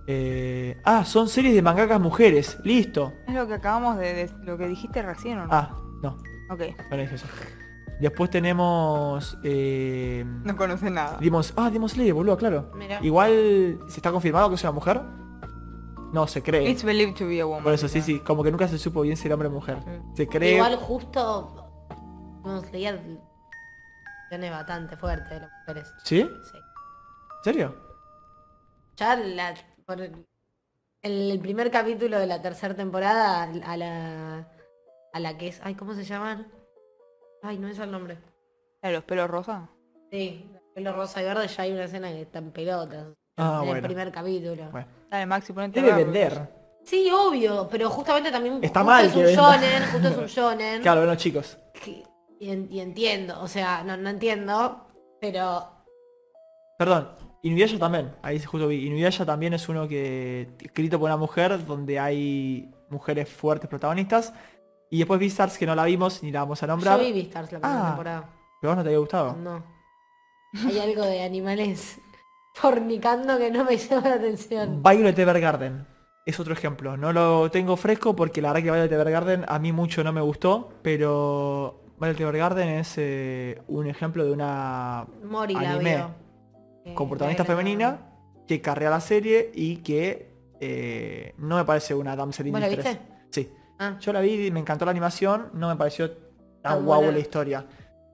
Eh, ah, son series de mangakas mujeres. Listo. Es lo que acabamos de, de- lo que dijiste recién, ¿o no? Ah, no, Ok. no dije eso. Después tenemos... Eh, No conoce nada. Demon, ah, Demon Slayer, boludo, claro. Mirá. Igual, ¿se está confirmado que es una mujer? No, se cree. It's believed to be a woman. Por eso, sí, dice. sí, como que nunca se supo bien si era hombre o mujer. Sí. Se cree... Igual justo nos leía tiene bastante fuerte de las mujeres. ¿Sí? Sí. ¿En serio? Ya la, por el, el primer capítulo de la tercera temporada a la a la que es, ay, ¿cómo se llaman? Ay, no es el nombre. ¿La de los pelos rosas? Sí, pelo rosa y verde, ya hay una escena que está en pelotas. Ah, en bueno. el primer capítulo. Bueno. Dale, Maxi, ponete Debe a ver. vender. Sí, obvio, pero justamente también Está justo mal es que un venda. shonen, justo es un shonen. Claro, bueno, chicos. que- y, en- y entiendo, o sea, no, no entiendo, pero Perdón, Inuyasha también. Ahí justo vi. Inuyasha también es uno que... escrito por una mujer, donde hay mujeres fuertes protagonistas. Y después vi Stars, que no la vimos, ni la vamos a nombrar. yo vi Beastars la primera Ah. temporada. Pero a vos no te había gustado. No. Hay algo de animales fornicando que no me llama la atención. Violet Evergarden es otro ejemplo. No lo tengo fresco porque la verdad que Violet Evergarden a mí mucho no me gustó, pero Violet Evergarden es eh, un ejemplo de una Mori la anime veo. Eh, con protagonista la veo. femenina que carrea la serie y que eh, no me parece una damsel in ¿Vos la distress. viste? Sí. Ah, Yo la vi y me encantó la animación, no me pareció tan Tan guau buena. la historia.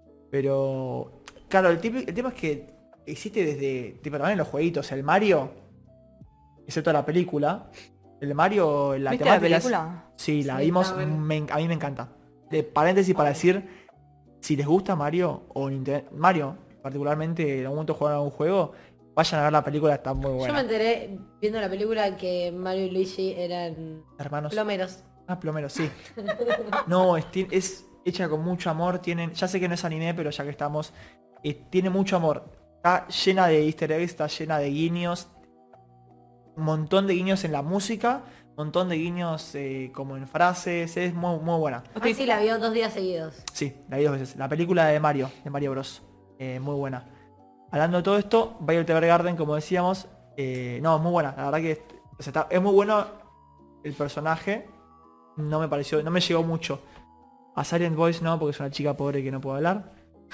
Pero claro, el, tipi- el tema es que existe desde tipo también en los jueguitos, el Mario, excepto la película, el Mario, la ¿Viste la temática es- película? sí, la Sí, vimos, está buena. me en- a mí me encanta. De paréntesis para decir, si les gusta Mario o Ninten- Mario, particularmente en algún momento jugaron algún juego, vayan a ver la película, está muy yo me buena. enteré viendo la película que Mario y Luigi eran Hermanos. plomeros. Ah, plomero, sí. No, es, ti- es hecha con mucho amor. Tienen, ya sé que no es anime, pero ya que estamos, eh, tiene mucho amor. Está llena de easter eggs, está llena de guiños. Un montón de guiños en la música, un montón de guiños eh, como en frases. Es muy, muy buena. Ah, sí, la vio dos días seguidos. Sí, la vi dos veces. La película de Mario, de Mario Bros. Eh, muy buena. Hablando de todo esto, Violet Evergarden, como decíamos, eh, no, es muy buena. La verdad que es, o sea, está- es muy bueno el personaje. No me pareció, no me llegó mucho. A Silent Voice no, porque es una chica pobre que no puede hablar.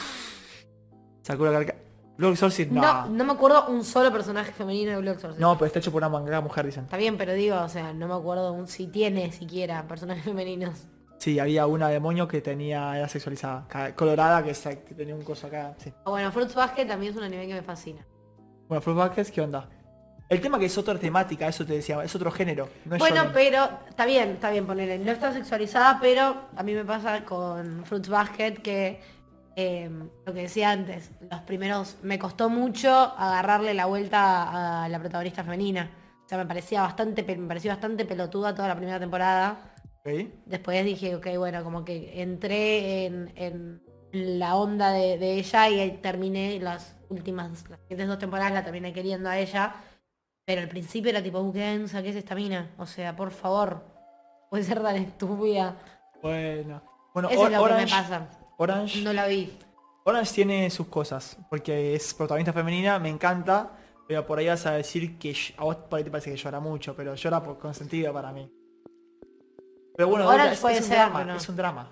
Sakura Carca... Blue Exorcist, no. No, no. no me acuerdo un solo personaje femenino de Blue Exorcist. pero está hecho por una mangaka mujer, dicen. Está bien, pero digo, o sea, no me acuerdo un, si tiene siquiera personajes femeninos. Sí, había una demonio que tenía, era sexualizada. ca- Colorada, que, sa- que tenía un coso acá. Sí. O bueno, Fruits Basket también es un anime que me fascina. Bueno, Fruit Baskets, ¿qué onda? El tema que es otra temática, eso te decía, es otro género. No es Bueno, shonen. pero está bien, está bien ponerle. No está sexualizada, pero a mí me pasa con Fruits Basket que eh, lo que decía antes, los primeros me costó mucho agarrarle la vuelta a la protagonista femenina. O sea, me parecía bastante, pe- me pareció bastante pelotuda toda la primera temporada. ¿Ok? Después dije, ok, bueno, como que entré en, en la onda de, de ella y ahí terminé las últimas, las siguientes dos temporadas la terminé queriendo a ella. Pero al principio era tipo, ¿qué densa? ¿Qué es esta mina? O sea, por favor, puede ser tan estúpida. Bueno. Bueno, Eso O- es lo Orange, que me pasa. Orange, No la vi. Orange tiene sus cosas, porque es protagonista femenina, me encanta, pero por ahí vas a decir que ll- a vos por ahí te parece que llora mucho, pero llora por consentido para mí. Pero bueno, Orange es, puede es un ser, drama, pero no. es un drama.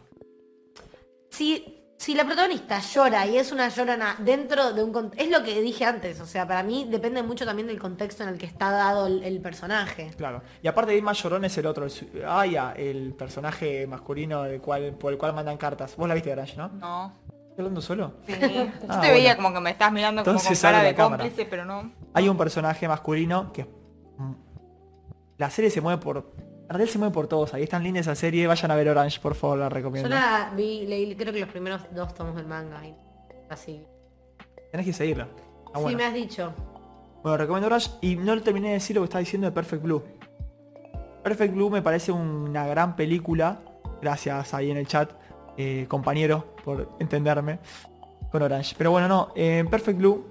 Si, si la protagonista llora y es una llorona dentro de un... con- Es lo que dije antes, o sea, para mí depende mucho también del contexto en el que está dado el, el personaje. Claro. Y aparte de ir más llorón es el otro, el, su- Aya, el personaje masculino del cual, por el cual mandan cartas. Vos la viste, Orange, ¿no? No. ¿Estoy hablando solo? Sí. Yo te Ah, veía bueno. como que me estás mirando Entonces como con cara abre la de cámara. cómplice, pero no. Hay un personaje masculino que... mm, La serie se mueve por... En realidad se mueve por todos. Ahí es tan linda esa serie. Vayan a ver Orange, por favor, la Yo recomiendo. la vi, leí creo que los primeros dos tomos del manga. Y así. Tenés que seguirla. Está Sí, buena. me has dicho. Bueno, recomiendo Orange y no le terminé de decir lo que estaba diciendo de Perfect Blue. Perfect Blue me parece una gran película. Gracias ahí en el chat, eh, compañero, por entenderme con Orange. Pero bueno, no, eh, Perfect Blue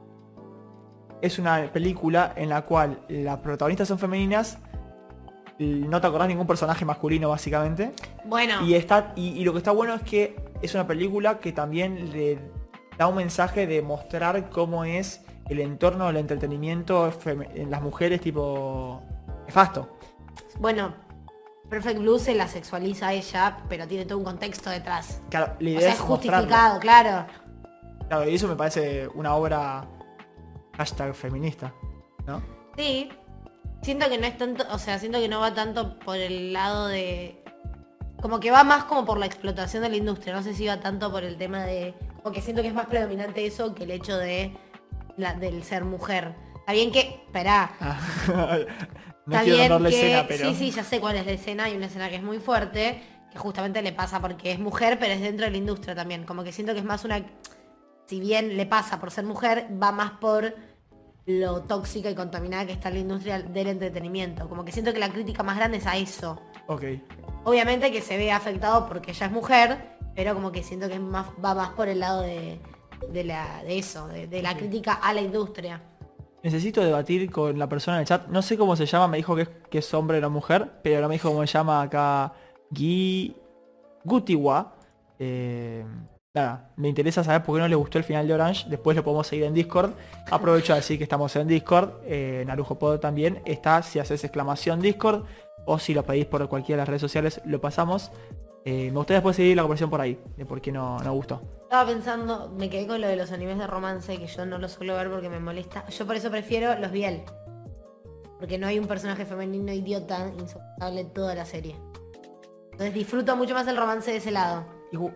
es una película en la cual las protagonistas son femeninas. y No te acordás ningún personaje masculino básicamente. Bueno, Y, está, y, y lo que está bueno es que es una película que también le da un mensaje de mostrar cómo es el entorno del entretenimiento feme- en las mujeres tipo nefasto. Bueno, Perfect Blue se la sexualiza a ella, pero tiene todo un contexto detrás. Claro, la idea O sea, es es mostrarlo. justificado, claro. Claro, y eso me parece una obra hashtag feminista, ¿no? Sí. Siento que no es tanto, o sea, siento que no va tanto por el lado de... Como que va más como por la explotación de la industria. No sé si va tanto por el tema de... Como que siento que es más predominante eso que el hecho de la, del ser mujer. Está bien que... Esperá. Ah, no Está quiero bien nombrar la que... escena, pero... Sí, sí, ya sé cuál es la escena. Hay una escena que es muy fuerte. Que justamente le pasa porque es mujer, pero es dentro de la industria también. Como que siento que es más una... Si bien le pasa por ser mujer, va más por lo tóxica y contaminada que está la industria del entretenimiento. Como que siento que la crítica más grande es a eso. Ok. Obviamente que se ve afectado porque ella es mujer, pero como que siento que es más, va más por el lado de, de, la, de eso, de, de la crítica a la industria. Necesito debatir con la persona en el chat. No sé cómo se llama, me dijo que es, que es hombre o no mujer, pero no me dijo cómo se llama acá. Gui... Gutiwa. Eh, nada, me interesa saber por qué no le gustó el final de Orange. Después lo podemos seguir en Discord. Aprovecho a decir que estamos en Discord. Eh, Narujo Pod también está. Si haces exclamación Discord o si lo pedís por cualquiera de las redes sociales, lo pasamos. Eh, me gustaría después seguir la conversación por ahí, de por qué no, no gustó. Estaba pensando, me quedé con lo de los animes de romance, que yo no los suelo ver porque me molesta. Yo por eso prefiero los Biel. Porque no hay un personaje femenino idiota insoportable en toda la serie. Entonces disfruto mucho más el romance de ese lado. Y gu-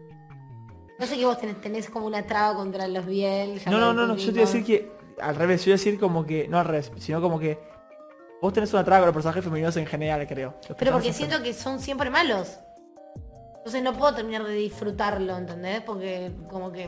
No sé que vos tenés, tenés como una traba contra los Biel. ya No, lo no, no, no, yo te voy a decir que al revés, yo voy a decir como que, no al revés, sino como que vos tenés una traba con los personajes femeninos en general, creo. Los Pero porque personajes siento que son siempre malos. Entonces no puedo terminar de disfrutarlo, ¿entendés? Porque como que...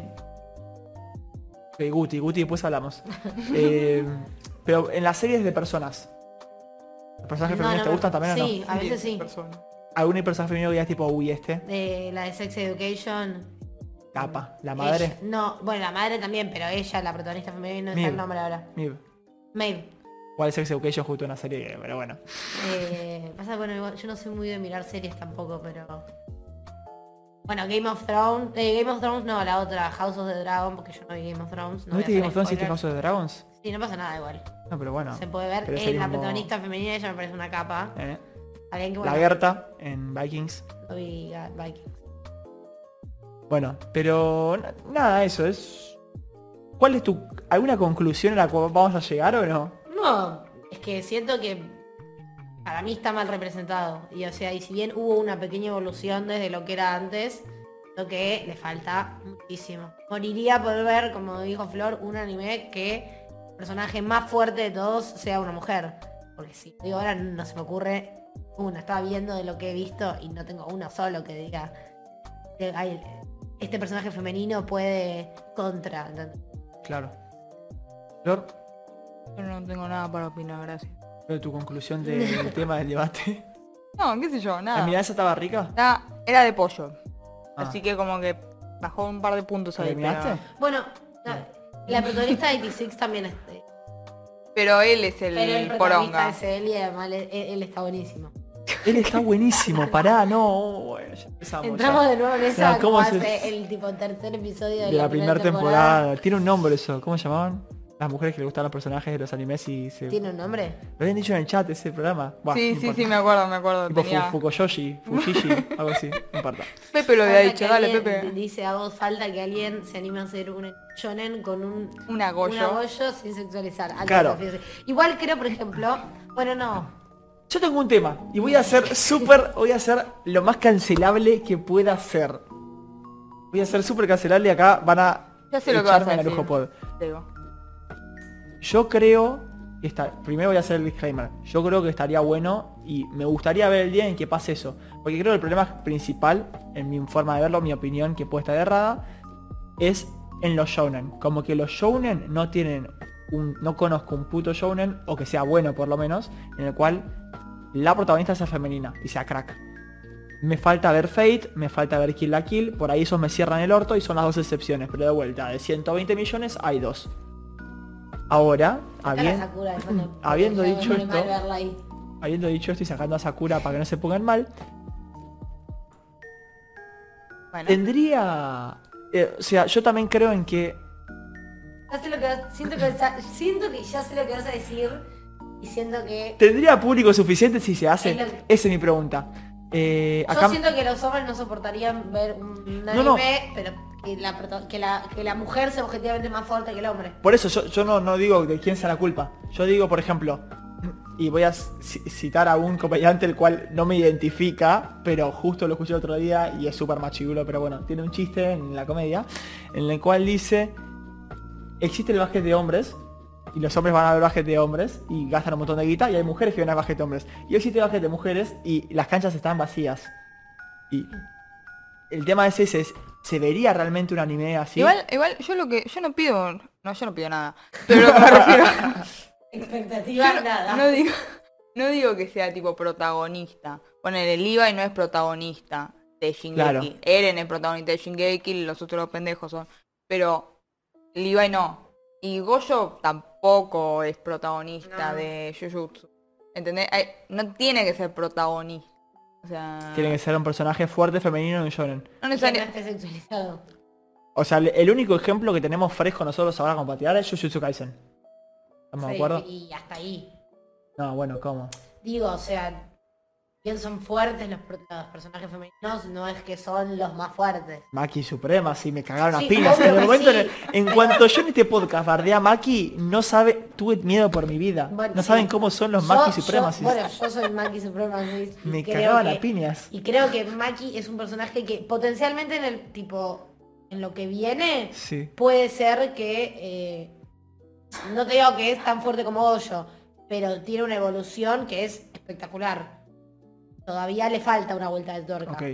Ok, Guti, Guti, después hablamos. Eh, pero en las series de personas, ¿los personajes No, femeninos no te me- gustan también sí, o a veces sí. Persona. no? ¿Algún personaje femenino que ya es tipo, uy, este? De la de Sex Education. Capa, la madre. Ella- no, bueno, la madre también, pero ella, la protagonista femenina, no sé Mib. el nombre ahora. Mib. Maeve. ¿Cuál es Sex Education? Justo una serie que, pero bueno. Eh, pasa, bueno, igual, yo no soy muy de mirar series tampoco, pero... Bueno, Game of Thrones... eh, Game of Thrones no, la otra, House of the Dragon, porque yo no vi Game of Thrones. ¿No, voy a viste hacer Game of Thrones y viste spoilers. House of the Dragons? Sí, no pasa nada igual. No, pero bueno. Se puede ver. pero es Eh, el la mismo- protagonista femenina, ella me parece una capa. eh. Está bien que La bueno, Gerta en Vikings. no vi ah, Vikings. Bueno, pero na- nada, eso es... ¿Cuál es tu... alguna conclusión a la cual vamos a llegar o no? No, es que siento que para mí está mal representado. Y o sea, y si bien hubo una pequeña evolución desde lo que era antes, lo que le falta muchísimo. Moriría por ver, como dijo Flor, un anime que el personaje más fuerte de todos sea una mujer. Porque si digo ahora no se me ocurre una. Estaba viendo de lo que he visto y no tengo uno solo que diga que hay- este personaje femenino puede contra. ¿entendés? Claro. Flor, Yo no tengo nada para opinar, gracias. ¿cuál es tu conclusión del tema del debate? No, qué sé yo, ¿La nada. milanesa estaba rica? Estaba- era de pollo. Ah. Así que como que bajó un par de puntos ¿La ahí. terminaste? Pero, Bueno, la, la protagonista de ochenta y seis también es... pero él es el, Pero el protagonista poronga. es él y además él, él está buenísimo. Él está buenísimo, pará, no, bueno, ya empezamos. Entramos ya. de nuevo en esa No, ¿cómo como se- hace el tipo tercer episodio de, De la primera temporada. Tiene un nombre eso, ¿cómo se llamaban? Las mujeres que le gustan los personajes de los animes y se... ¿Tiene un nombre? Lo habían dicho en el chat ese programa. Buah, Sí, no sí, importa. sí, me acuerdo, me acuerdo. Tipo Tenía... Fu- Fukuyoshi, Fujishi, algo así, no importa. Pepe lo había Falta dicho, que dale alguien Pepe. Dice a vos falta que alguien se anime a hacer un shonen con un Un agollo. un agollo sin sexualizar. Algo Claro. así, fíjate. Igual creo, por ejemplo, bueno no. Yo tengo un tema y voy a ser súper, voy a ser lo más cancelable que pueda ser. Voy a ser súper cancelable y acá van a Ya sé lo que vas a echarme en decir. Narujo Pod. Digo. Yo creo que está. Primero voy a hacer el disclaimer. Yo creo que estaría bueno y me gustaría ver el día en que pase eso. Porque creo que el problema principal, en mi forma de verlo, mi opinión, que puede estar errada, es en los shounen. Como que los shounen no tienen un. No conozco un puto shounen, o que sea bueno por lo menos, en el cual la protagonista sea femenina y sea crack. Me falta ver Fate, me falta ver Kill la Kill, por ahí esos me cierran el orto y son las dos excepciones, pero de vuelta, de ciento veinte millones hay dos. Ahora, Acá la habien- Sakura, de fondo, habiendo porque dicho me pone esto- mal verla ahí. habiendo dicho esto y sacando a Sakura para que no se pongan mal, Bueno, tendría... eh, o sea, yo también creo en que Ya sé lo que vas- siento, que, sa- siento que ya sé lo que vas a decir y siento que... ¿Tendría público suficiente si se hace? Es lo- Esa es mi pregunta. Eh, Yo acá... siento que los hombres no soportarían ver un anime, No, no. pero que la, proto- que, la, que la mujer sea objetivamente más fuerte que el hombre. Por eso yo, yo no, no digo de quién sea la culpa. Yo digo, por ejemplo, y voy a ci- citar a un comediante el cual no me identifica, pero justo lo escuché el otro día y es súper machirulo, pero bueno, tiene un chiste en la comedia, en el cual dice, existe el básquet de hombres, y los hombres van a ver básquet de hombres, y gastan un montón de guita, y hay mujeres que ven al básquet de hombres. Y existe el básquet de mujeres, y las canchas están vacías. Y el tema es ese, es, ¿se vería realmente un anime así? Igual, igual, yo lo que, yo no pido, no, yo no pido nada. Pero lo que me refiero, Expectativa, yo nada. no, no digo, no digo que sea tipo protagonista. Ponele, el Levi no es protagonista de Shingeki. Claro. Eren es protagonista de Shingeki, los otros los pendejos son. Pero Levi no. Y Gojo tampoco es protagonista No. de Jujutsu. ¿Entendés? Ay, no tiene que ser protagonista. O sea, Tiene que ser un personaje fuerte femenino en un shonen. no Que no necesariamente. esté sexualizado. O sea, el- el único ejemplo que tenemos fresco nosotros ahora con patear es Jujutsu Kaisen. ¿Estamos de Sí, acuerdo? y hasta ahí. No, bueno, ¿cómo? Digo, o sea, bien son fuertes los, pro- los personajes femeninos, no es que son los más fuertes. Maki Suprema, sí, me cagaron a Sí, piñas. obvio En el que momento sí. en, el- en cuanto yo en este podcast bardé a Maki, no sabe, tuve miedo por mi vida. Bueno, no sí. saben cómo son los Yo- Maki yo- Supremacy. Bueno, yo soy Maki Supremacy. y Me creo cagaban que- a piñas. Y creo que Maki es un personaje que potencialmente en el tipo, en lo que viene, Sí. puede ser que, eh, no te digo que es tan fuerte como Gojo, pero tiene una evolución que es espectacular. Todavía le falta una vuelta de tuerca. Ok.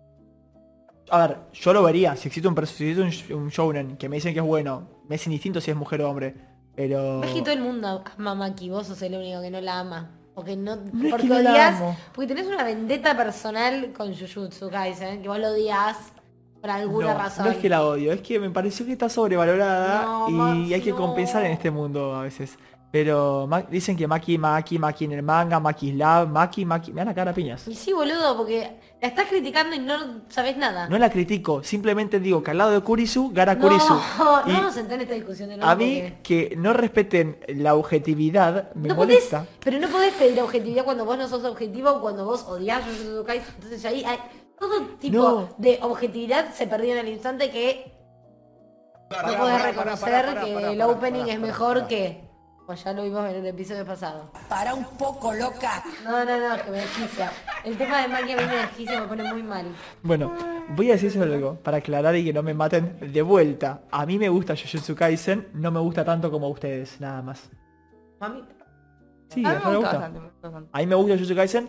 A ver, yo lo vería. Si existe un, perso- si existe un, un shounen que me dicen que es bueno, me es indistinto si es mujer o hombre. Pero... Es que todo el mundo ama a Maki, vos sos el único que no la ama. Porque no, No es porque que no la odias, amo. porque tenés una vendetta personal con Jujutsu Kaisen, que vos lo odias por alguna no, razón. no es que la odio, es que me pareció que está sobrevalorada No, y Max, hay que no. compensar en este mundo a veces. Pero Ma- dicen que Maki, Maki, Maki en el manga, Maki Love, Maki, Maki... Me van a cagar a piñas. Y sí, boludo, porque la estás criticando y no sabés nada. No la critico, simplemente digo que al lado de Kurisu, gana no, Kurisu. no Y vamos a entrar en esta discusión de nuevo a mí porque- que no respeten la objetividad me No podés, molesta. pero no podés pedir objetividad cuando vos no sos objetivo o cuando vos odiás Jujutsu Kaisen. Entonces ahí hay todo tipo No. de objetividad se perdió en el instante que no podés reconocer que el opening es mejor que... Pues ya lo vimos en el episodio pasado. Para un poco, loca. No, no, no, que me desquicia. El tema de Maki a mí me desquicia, me pone muy mal. Bueno, voy a decir solo algo, para aclarar y que no me maten de vuelta. A mí me gusta Jujutsu Kaisen, no me gusta tanto como a ustedes, nada más. Mami, Sí, A mí a me mí me gusta gusta. bastante, me gusta bastante. A mí me gusta Jujutsu Kaisen.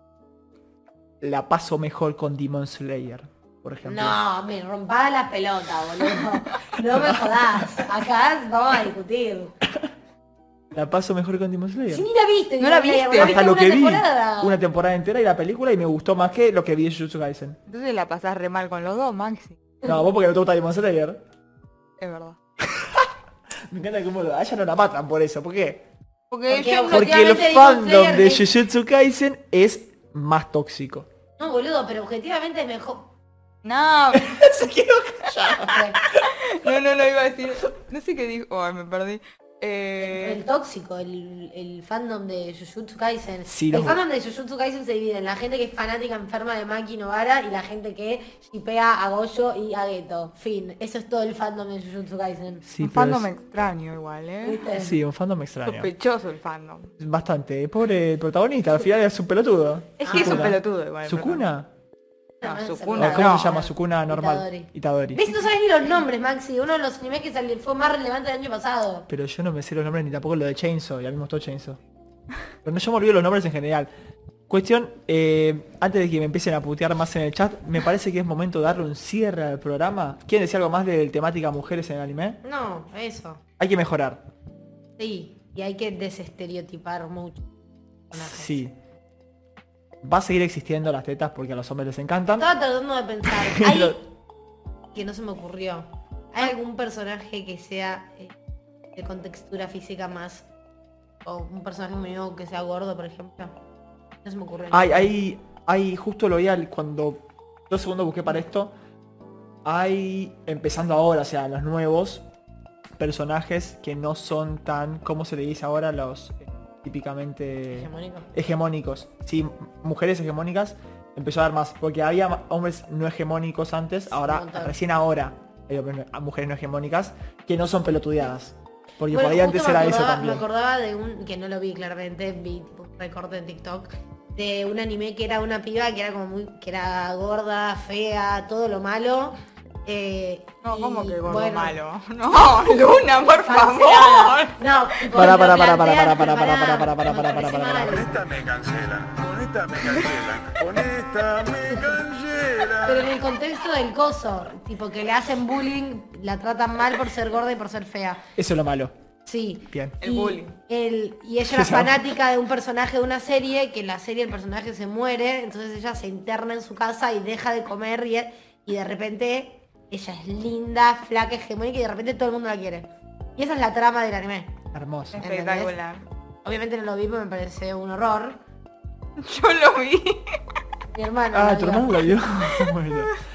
La paso mejor con Demon Slayer, por ejemplo. no, me rompás la pelota, boludo. No me jodás. Acá vamos a discutir. La paso mejor con Demon Slayer. Si ni la viste, No la Demon Slayer, viste. Hasta una lo que vi, temporada. una temporada entera y la película y me gustó más que lo que vi de Jujutsu Kaisen. Entonces la pasás re mal con los dos, Maxi. No, vos porque no te gusta Demon Slayer. Es verdad. Me encanta cómo a ella no la matan por eso. ¿Por qué? Porque, Porque- yo porque- Porque el Objetivamente, Demon fandom Slayer de es- Jujutsu Kaisen es más tóxico. No, boludo, pero objetivamente es mejor. No, Se quedó callado. no, no, no iba a decir. No sé qué dijo. Ay, me perdí. El Eh, tóxico, el, el fandom de Jujutsu Kaisen. Sí, el los- fandom de Jujutsu Kaisen se divide en la gente que es fanática enferma de Maki Novara y la gente que shipea a Gojo y a Geto. Fin. Eso es todo el fandom de Jujutsu Kaisen. Sí, un pero fandom es- extraño igual, ¿eh? ¿Viste? Sí, un fandom extraño. Sospechoso el fandom. Bastante. Pobre el protagonista, al final es un pelotudo. Es que es un Sukuna. pelotudo igual. el ¿Sukuna? No, No, Sukuna ¿O ¿Cómo no. se llama? Sukuna normal. Itadori. Itadori. ¿Ves? No sabes ni los nombres, Maxi. Uno de los animes que salió, fue más relevante el año pasado. Pero yo no me sé los nombres ni tampoco lo de Chainsaw, y a mí me gustó Chainsaw. Pero no, yo me olvido los nombres en general. Cuestión, eh, antes de que me empiecen a putear más en el chat, me parece que es momento de darle un cierre al programa. ¿Quieren decir algo más de temática mujeres en el anime? No, eso. Hay que mejorar. Sí. Y hay que desestereotipar mucho. Sí. Va a seguir existiendo las tetas porque a los hombres les encantan. Estaba tratando de pensar. Hay... que no se me ocurrió. ¿Hay algún personaje que sea eh, de contextura física más? O un personaje femenino que sea gordo, por ejemplo. No se me ocurrió. Hay, hay, hay, justo lo vi al- cuando dos segundos busqué para esto. Hay, empezando ahora, o sea, los nuevos, personajes que no son tan, ¿cómo se le dice ahora? Los eh, típicamente Hegemónico. hegemónicos. Sí, mujeres hegemónicas empezó a dar más, porque había ma- hombres no hegemónicos antes, Un ahora, montón. recién ahora, hay hombres no- mujeres no hegemónicas que no son pelotudeadas. Porque Bueno, por ahí justo antes me era eso acordaba- también. Me acordaba de un, que no lo vi claramente, vi tipo un recorte en TikTok, de un anime que era una piba que era como muy, que era gorda, fea, todo lo malo. Eh, No, y, ¿cómo que gordo bueno, malo? No, Luna, por favor. cancelada. No, tipo, Para, lo para, para, para, plantean- para, para, para, pará, para, para, me para, para, parece para, para, mal. para. esta me cancelan, con esta me cancelan, con esta me cancelan. Pero en el contexto del coso, tipo que le hacen bullying, la tratan mal por ser gorda y por ser fea. Eso es lo malo. Sí. Bien. El y, bullying. el- y ella era Se llama- fanática de un personaje de una serie, que en la serie el personaje se muere, entonces ella se interna en su casa y deja de comer y, y de repente ella es linda, flaca, hegemónica y de repente todo el mundo la quiere. Y esa es la trama del anime. Hermoso. Espectacular. Obviamente no lo vi porque me pareció un horror. Yo lo vi. Mi hermano. Ah, lo tu vio. hermano lo vio. Bueno.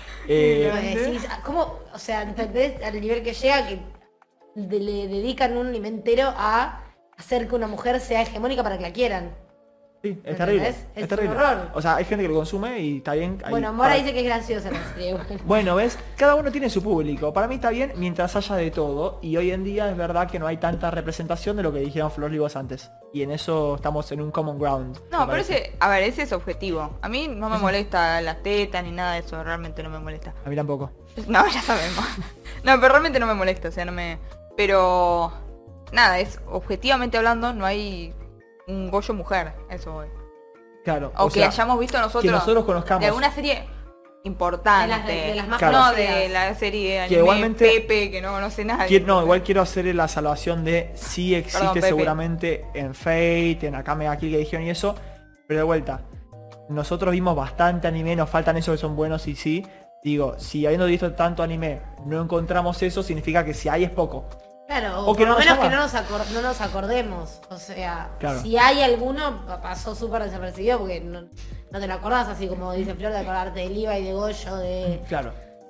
Eh, Pero decís, ¿cómo? O sea, ¿entendés al nivel que llega que de- le dedican un anime entero a hacer que una mujer sea hegemónica para que la quieran? sí, es ¿Me terrible. entendés? Es, Es terrible. un horror. O sea, hay gente que lo consume y está bien. ahí Bueno, Mora para- dice que es graciosa la serie. bueno. Bueno, ¿ves? Cada uno tiene su público. Para mí está bien mientras haya de todo. Y hoy en día es verdad que no hay tanta representación de lo que dijeron Flor y vos antes. Y en eso estamos en un common ground. No, me pero parece. ese, a ver, ese es objetivo. A mí no me molesta las tetas ni nada de eso, realmente no me molesta. A mí tampoco. No, ya sabemos. No, pero realmente no me molesta, o sea, no me... Pero... Nada, es objetivamente hablando, no hay un Goyo mujer, eso voy. Claro. O, o que sea, hayamos visto nosotros, que nosotros conozcamos. de alguna serie importante. De las- de las más Claro. No, conocidas. de la serie de Que anime igualmente- Pepe, que no conoce nadie. Quiero- no, igual quiero hacer la salvación de sí existe Perdón, Pepe. seguramente en Fate, en Akame aquí que dijeron y eso. Pero de vuelta, nosotros vimos bastante anime, nos faltan esos que son buenos y sí. Digo, si habiendo visto tanto anime no encontramos eso, significa que si hay es poco. Claro, o, O que por no lo nos menos que llama. no nos, acor- no nos acordemos. O sea, Claro. si hay alguno, pa- pasó súper desapercibido porque no, no te lo acordás, así como dice Flor, de acordarte de Liva y de Goyo, de... Claro.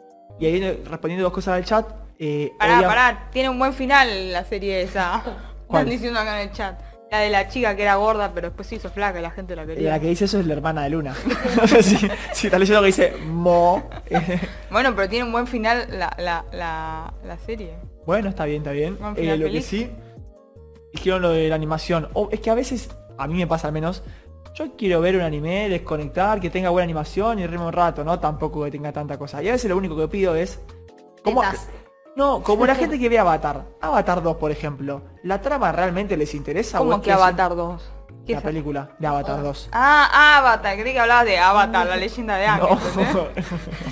Y ahí eh, respondiendo dos cosas del chat. Eh, Pará, obvia- pará, tiene un buen final la serie esa. ¿Cuál? Están diciendo acá en el chat. La de la chica que era gorda, pero después se hizo flaca y la gente la quería. La que dice eso es la hermana de Luna. No sé si, si está leyendo que dice Mo. Bueno, pero tiene un buen final la, la, la, la serie. Bueno, está bien, está bien. Buen Eh, final lo que feliz. sí, dijeron lo de la animación. O es que a veces, a mí me pasa al menos, yo quiero ver un anime, desconectar, que tenga buena animación y reírme un rato, ¿no? Tampoco que tenga tanta cosa. Y a veces lo único que pido es... ¿cómo- Tetas. No, como la gente que ve Avatar. Avatar dos, por ejemplo. ¿La trama realmente les interesa? o ¿Cómo es que es un- Avatar dos? ¿Qué La es? película de Avatar dos. Ah, Avatar, creí que hablabas de Avatar, la leyenda de Aang. No. ¿entendés?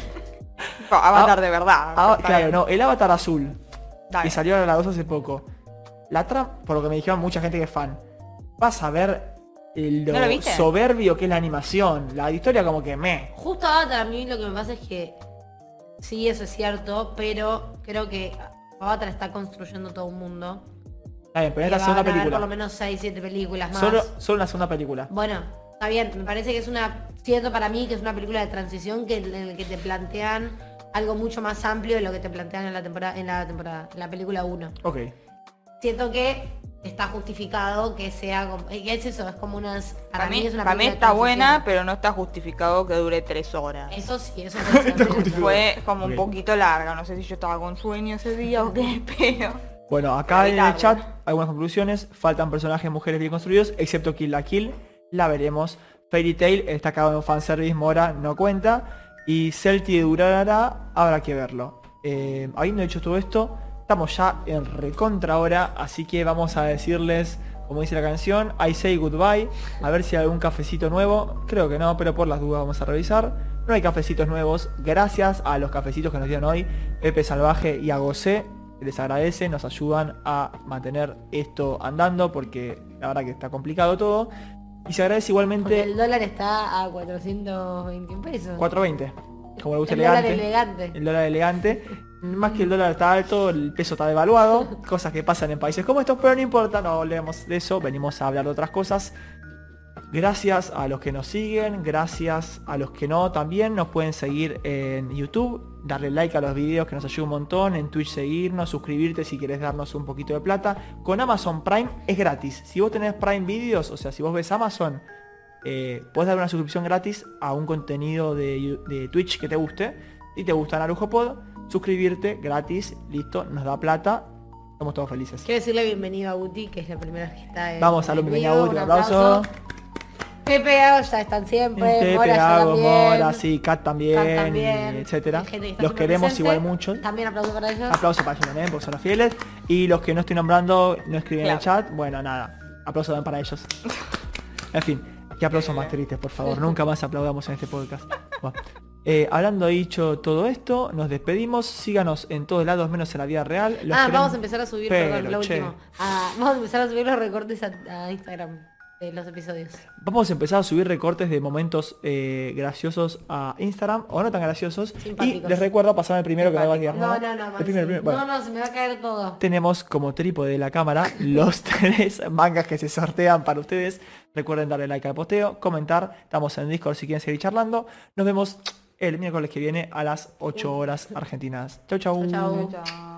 No, Avatar de verdad. Ah, está claro, bien. no, el Avatar azul. Dale. Que salió a la dos hace poco. La trama, por lo que me dijeron mucha gente que es fan, vas a ver el- lo, ¿No lo viste? soberbio que es la animación. La historia como que me. Justo Avatar a mí lo que me pasa es que sí, eso es cierto, pero creo que Avatar está construyendo todo un mundo. Está bien, pero es Que la segunda van a haber película. por lo menos seis, siete películas más. Solo, solo la segunda película. Bueno, está bien, me parece que es una, cierto para mí que es una película de transición que en el que te plantean algo mucho más amplio de lo que te plantean en la temporada, en la temporada, en la película uno. Ok. Siento que está justificado que sea como, eh, que es eso, es como unas, Para mí, es una para mí película de está buena, transición. pero no está justificado que dure tres horas. Eso sí, eso puede ser, Está pero- justificado. Fue como Ok. un poquito larga, no sé si yo estaba con sueño ese día o qué, pero... Bueno, acá en el Evitarlo. chat algunas conclusiones. Faltan personajes mujeres bien construidos, excepto Kill la Kill. La veremos. Fairy Tail está acabado en fanservice, Mora no cuenta. Y Celti de Durarara, habrá que verlo. Eh, habiendo dicho todo esto, estamos ya en recontra hora, así que vamos a decirles, como dice la canción, I say goodbye. A ver si hay algún cafecito nuevo. Creo que no, pero por las dudas vamos a revisar. No hay cafecitos nuevos. Gracias a los cafecitos que nos dieron hoy, Pepe Salvaje y a Gosé. Les agradece, nos ayudan a mantener esto andando porque la verdad que está complicado todo. Y se agradece Porque igualmente el dólar está a cuatrocientos veintiún pesos. cuatro veinte, como le gusta El dólar elegante. elegante. El dólar elegante. Más que el dólar está alto, el peso está devaluado. Cosas que pasan en países como estos, pero no importa, no hablemos de eso. Venimos a hablar de otras cosas. Gracias a los que nos siguen, gracias a los que no también. Nos pueden seguir en YouTube, darle like a los videos que nos ayuda un montón, en Twitch seguirnos, suscribirte si querés darnos un poquito de plata. Con Amazon Prime es gratis. Si vos tenés Prime Videos, o sea, si vos ves Amazon, eh, podés dar una suscripción gratis a un contenido de, de Twitch que te guste. Si te gusta Narujo Pod, suscribirte gratis, listo, nos da plata. Somos todos felices. Quiero decirle bienvenido a Guti, que es la primera vez que está en Vamos a lo en bienvenido a vivo, Guti, un un aplauso. Pepe, Gago ya están siempre, Pepe, Mora ya Gago, también. Mora, sí, Kat también, Kat también, etcétera. hay gente que está Los siempre queremos presente. igual mucho. También aplauso para ellos. Aplauso para ellos también, porque son los fieles. Y los que no estoy nombrando, no escriben en el Claro. chat, bueno, nada. Aplauso también para ellos. En fin, qué aplausos más tristes, por favor. Nunca más aplaudamos en este podcast. Bueno, eh, hablando dicho todo esto, nos despedimos. Síganos en todos lados, menos en la vida real. Los Ah, queremos- vamos a empezar a subir, Pero, perdón, lo che, último. Ah, vamos a empezar a subir los recortes a, a Instagram de los episodios. Vamos a empezar a subir recortes de momentos eh, graciosos a Instagram, o no tan graciosos. Y Simpáticos. les recuerdo pasarme el primero que me va a quedar. No, no, no, El Maxi. primero, el primero. Bueno. No, no, se me va a caer todo. Tenemos como trípode de la cámara los tres mangas que se sortean para ustedes. Recuerden darle like al posteo, comentar. Estamos en Discord si quieren seguir charlando. Nos vemos el miércoles que viene a las ocho horas argentinas. Chau, chau. Chau, chau. Chao.